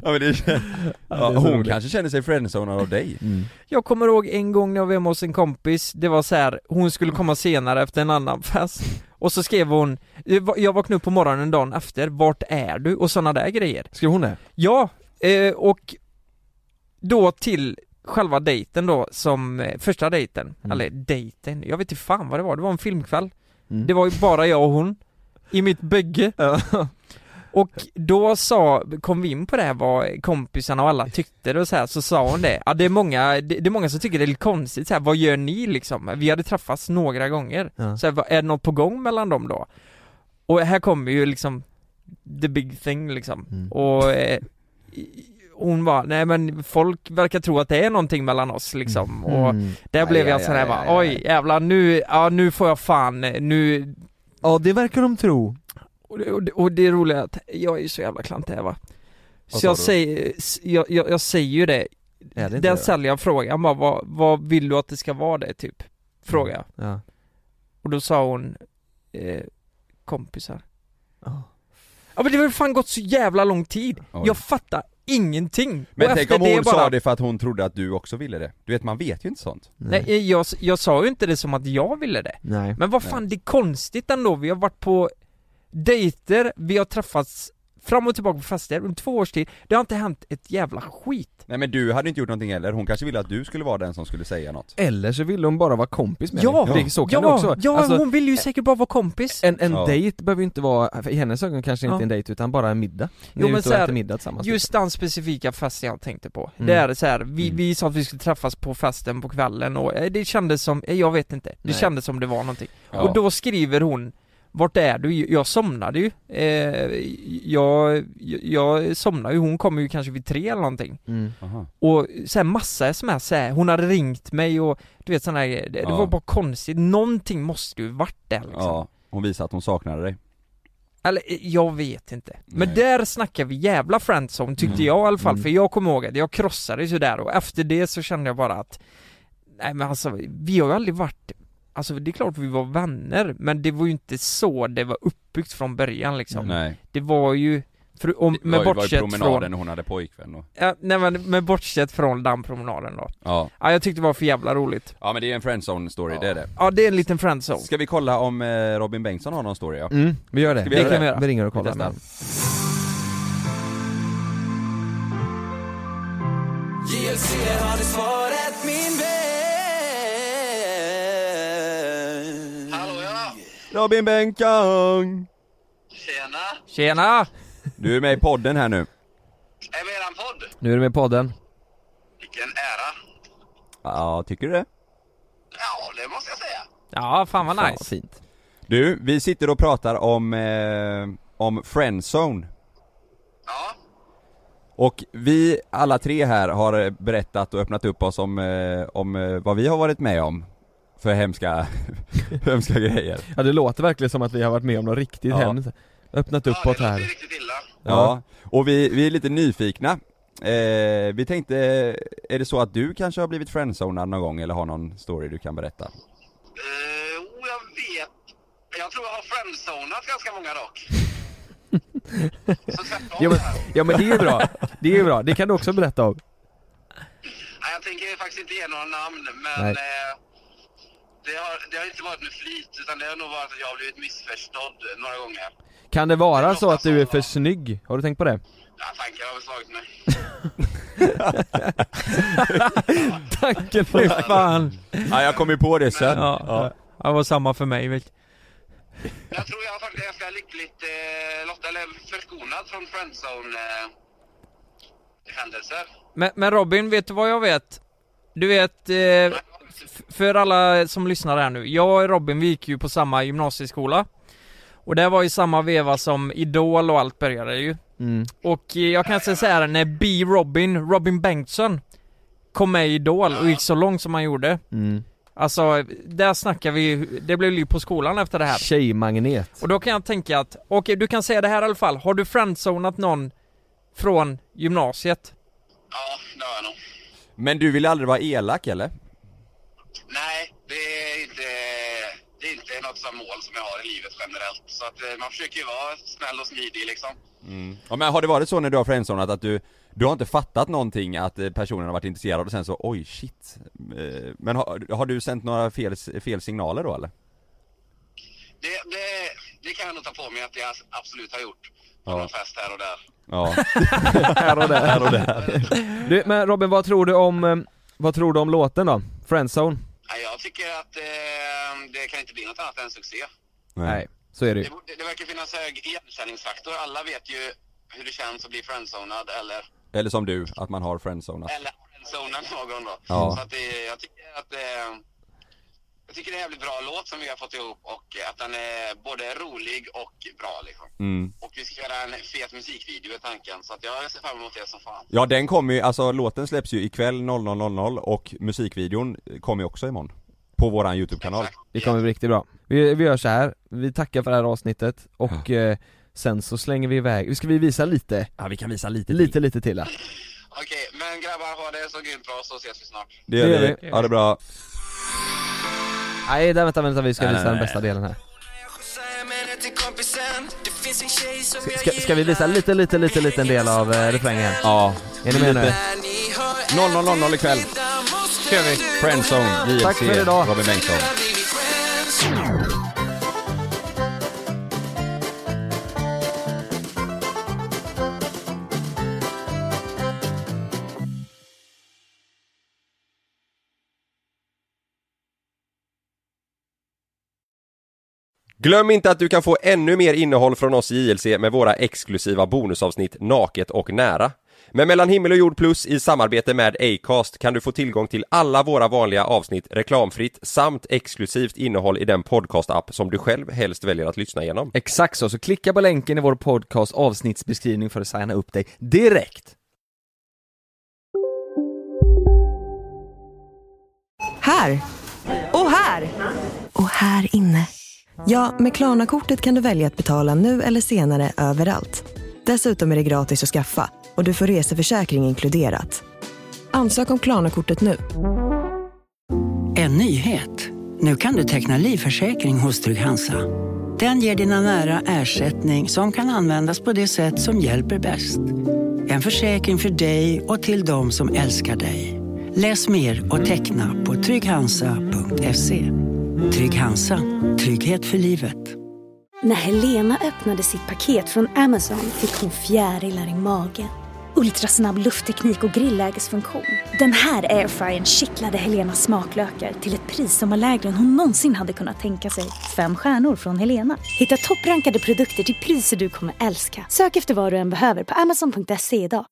Speaker 7: Ja, men hon kanske känner sig friendzonad av dig.
Speaker 8: Jag kommer ihåg en gång när jag var hemma hos en kompis. Det var så här, hon skulle komma senare efter en annan fest. Och så skrev hon, jag vaknade upp på morgonen dagen efter, vart är du? Och sådana där grejer.
Speaker 9: Skrev hon det?
Speaker 8: Ja, och då till själva dejten då, som första dejten, eller dejten, jag vet inte fan vad det var en filmkväll. Det var ju bara jag och hon i mitt bygge. Och då kom vi in på det här vad kompisarna och alla tyckte och så här, så sa hon det. Ja, det är många som tycker det är lite konstigt så här, vad gör ni liksom? Vi hade träffats några gånger. Så här, är det något på gång mellan dem då? Och här kommer ju liksom the big thing liksom. Och hon var, nej men folk verkar tro att det är någonting mellan oss liksom. Och där blev jag sådär bara, oj jävlar, nu får jag fan, nu.
Speaker 9: Ja, det verkar de tro.
Speaker 8: Och det är roligt att jag är så jävla klant här, va. Så jag säger ju det. Den säljer jag frågan bara, vad vill du att det ska vara det typ? Fråga.
Speaker 9: Ja.
Speaker 8: Och då sa hon kompisar. Ja, men det har fan gått så jävla lång tid. Jag fattar ingenting.
Speaker 7: Men tänk om hon sa det för att hon trodde att du också ville det. Du vet, man vet ju inte sånt.
Speaker 8: Nej, jag sa ju inte det som att jag ville det.
Speaker 9: Nej.
Speaker 8: Men vad fan, det är konstigt ändå. Vi har varit på dejter, vi har träffats fram och tillbaka på fester under 2 års tid. Det har inte hänt ett jävla skit.
Speaker 7: Nej, men du hade inte gjort någonting heller. Hon kanske ville att du skulle vara den som skulle säga något.
Speaker 9: Eller så ville hon bara vara kompis med
Speaker 8: dig.
Speaker 9: Så kan det också.
Speaker 8: Ja, alltså, hon vill ju säkert bara vara kompis.
Speaker 9: En dejt behöver ju inte vara, i hennes ögon kanske inte en dejt, utan bara en middag.
Speaker 8: Jo, men så här,
Speaker 9: middag tillsammans.
Speaker 8: Just den specifika festen jag tänkte på. Det är så här, vi sa att vi skulle träffas på festen på kvällen och det kändes som, jag vet inte. Det kändes som det var någonting. Och då skriver hon, vart är du? Jag somnade ju. Jag somnade ju. Hon kommer ju kanske vid 3 eller någonting. Och så här massa sms så här. Hon hade ringt mig och du vet sådana här, det var bara konstigt. Någonting måste ju varit där liksom.
Speaker 7: Ja, hon visade att hon saknade dig.
Speaker 8: Eller jag vet inte. Men där snackar vi jävla friendzone tyckte jag i alla fall. För jag kommer ihåg att jag krossade så där. Och efter det så kände jag bara att nej men alltså, vi har ju aldrig varit. Alltså det är klart vi var vänner, men det var ju inte så det var uppbyggt från början liksom.
Speaker 7: Nej.
Speaker 8: Det var ju
Speaker 7: med bortsett promenaden när hon hade pojkvän då.
Speaker 8: Ja, nej men med bortsett från den promenaden då.
Speaker 7: Ja,
Speaker 8: jag tyckte det var för jävla roligt.
Speaker 7: Ja, men det är en friendzone story, det är det.
Speaker 8: Ja, det är en liten friendzone.
Speaker 7: Ska vi kolla om Robin Bengtsson har någon story? Ja?
Speaker 9: Vi gör det.
Speaker 8: Det kan vi göra.
Speaker 9: Vi ringer och kollar med.
Speaker 6: JLC har det svaret, min vän.
Speaker 7: Robin Bengtsson.
Speaker 8: Tjena.
Speaker 7: Du är med i podden här nu.
Speaker 14: Är med eran podd?
Speaker 9: Nu är du med i podden.
Speaker 14: Vilken ära.
Speaker 7: Ja, tycker du det?
Speaker 14: Ja, det måste jag säga.
Speaker 8: Ja, fan vad nice.
Speaker 9: Fan, fint.
Speaker 7: Du, vi sitter och pratar om friendzone.
Speaker 14: Ja.
Speaker 7: Och vi alla 3 här har berättat och öppnat upp oss om vad vi har varit med om för hemska grejer.
Speaker 9: Ja, det låter verkligen som att vi har varit med om något riktigt hemskt. Öppnat uppåt här.
Speaker 14: Det är riktigt illa.
Speaker 7: Ja, och vi är lite nyfikna. Vi tänkte, är det så att du kanske har blivit friendzonad någon gång eller har någon story du kan berätta?
Speaker 14: Jag vet. Jag tror jag har friendzonat ganska många dock.
Speaker 9: Ja, men det är bra. Det är bra. Det kan du också berätta om.
Speaker 14: Nej, jag tänker faktiskt inte ge några namn, men det har inte varit med flit, utan det har nog varit att jag har blivit missförstådd några gånger.
Speaker 9: Kan det vara så att du är för snygg? Har du tänkt på det?
Speaker 14: Ja, tanken har väl slagit mig.
Speaker 8: Tanken för fan.
Speaker 7: Ja, jag kom ju på det sen.
Speaker 8: Ja. Det var samma för mig, vet.
Speaker 14: Jag tror jag faktiskt är ganska lyckligt förskonad från friendzone händelser.
Speaker 8: Men Robin, vet du vad jag vet? Du vet, för alla som lyssnar här nu, jag och Robin, vi gick ju på samma gymnasieskola. Och det var ju samma veva som Idol och allt började ju. Och jag kan säga så här, när Robin Bengtsson kom med i Idol och gick så långt som han gjorde. Alltså, där snackar vi, det blev liv på skolan efter det här.
Speaker 9: Tjejmagnet.
Speaker 8: Och då kan jag tänka att, okej, du kan säga det här i alla fall. Har du friendzonat någon från gymnasiet?
Speaker 14: Ja, det har jag nog.
Speaker 7: Men du vill aldrig vara elak, eller?
Speaker 14: Nej, det är inte något som mål som jag har i livet generellt. Så att man försöker ju vara snäll och smidig liksom.
Speaker 7: Ja, men har det varit så när du har friendzonat att Du har inte fattat någonting att personen har varit intresserad och sen så, oj shit. Men har du sänt några fel signaler då eller?
Speaker 14: Det kan jag nog ta på mig att jag absolut har gjort. På någon fest här och där.
Speaker 7: Ja.
Speaker 9: här och där. Du, men Robin, vad tror du om låten då? Friendzone?
Speaker 14: Jag tycker att det kan inte bli något annat än succé.
Speaker 9: Nej, så är det ju.
Speaker 14: Det verkar finnas hög igenkänningsfaktor. Alla vet ju hur det känns att bli friendzonad
Speaker 7: eller som du, att man har friendzonat.
Speaker 14: Eller friendzonad någon då.
Speaker 7: Ja.
Speaker 14: Så att jag tycker det är en jävligt bra låt som vi har fått ihop och att den är både rolig och bra liksom. Och vi ska göra en fet musikvideo i tanken så att jag ser fram emot det som fan.
Speaker 7: Ja, den kommer ju, alltså låten släpps ju ikväll 00:00 och musikvideon kommer ju också imorgon på våran YouTube-kanal.
Speaker 14: Exakt.
Speaker 9: Det kommer bli riktigt bra. Vi gör så här. Vi tackar för det här avsnittet och sen så slänger vi iväg. Ska vi visa lite?
Speaker 7: Ja, vi kan visa lite
Speaker 9: till.
Speaker 14: Okej, men grabbar, ha det så grymt bra så ses vi snart.
Speaker 7: Det gör vi. Ha det bra.
Speaker 9: Nej, vänta, vi ska visa den bästa delen här. Ska vi visa liten del av refrängen?
Speaker 7: Ja.
Speaker 9: Är ni med nu?
Speaker 7: 00:00 ikväll.
Speaker 9: Kör vi.
Speaker 7: Friendzone, JLC,
Speaker 9: tack för idag.
Speaker 7: Robin Bengtsson.
Speaker 15: Glöm inte att du kan få ännu mer innehåll från oss i JLC med våra exklusiva bonusavsnitt Naket och nära. Med Mellan himmel och jord plus i samarbete med Acast kan du få tillgång till alla våra vanliga avsnitt reklamfritt samt exklusivt innehåll i den podcast-app som du själv helst väljer att lyssna igenom.
Speaker 9: Exakt så klicka på länken i vår podcast avsnittsbeskrivning för att signa upp dig direkt.
Speaker 5: Här! Och här! Och här inne. Ja, med Klarna-kortet kan du välja att betala nu eller senare överallt. Dessutom är det gratis att skaffa och du får reseförsäkring inkluderat. Ansök om Klarna-kortet nu.
Speaker 16: En nyhet. Nu kan du teckna livförsäkring hos Trygg Hansa. Den ger dina nära ersättning som kan användas på det sätt som hjälper bäst. En försäkring för dig och till de som älskar dig. Läs mer och teckna på trygghansa.se. Trygg Hansa. Trygghet för livet.
Speaker 17: När Helena öppnade sitt paket från Amazon fick hon fjärilar i magen. Ultrasnabb luftteknik och grillägesfunktion. Den här airfryern kittlade Helenas smaklökar till ett pris som var lägre än hon någonsin hade kunnat tänka sig. 5 stjärnor från Helena. Hitta topprankade produkter till priser du kommer älska. Sök efter vad du än behöver på amazon.se idag.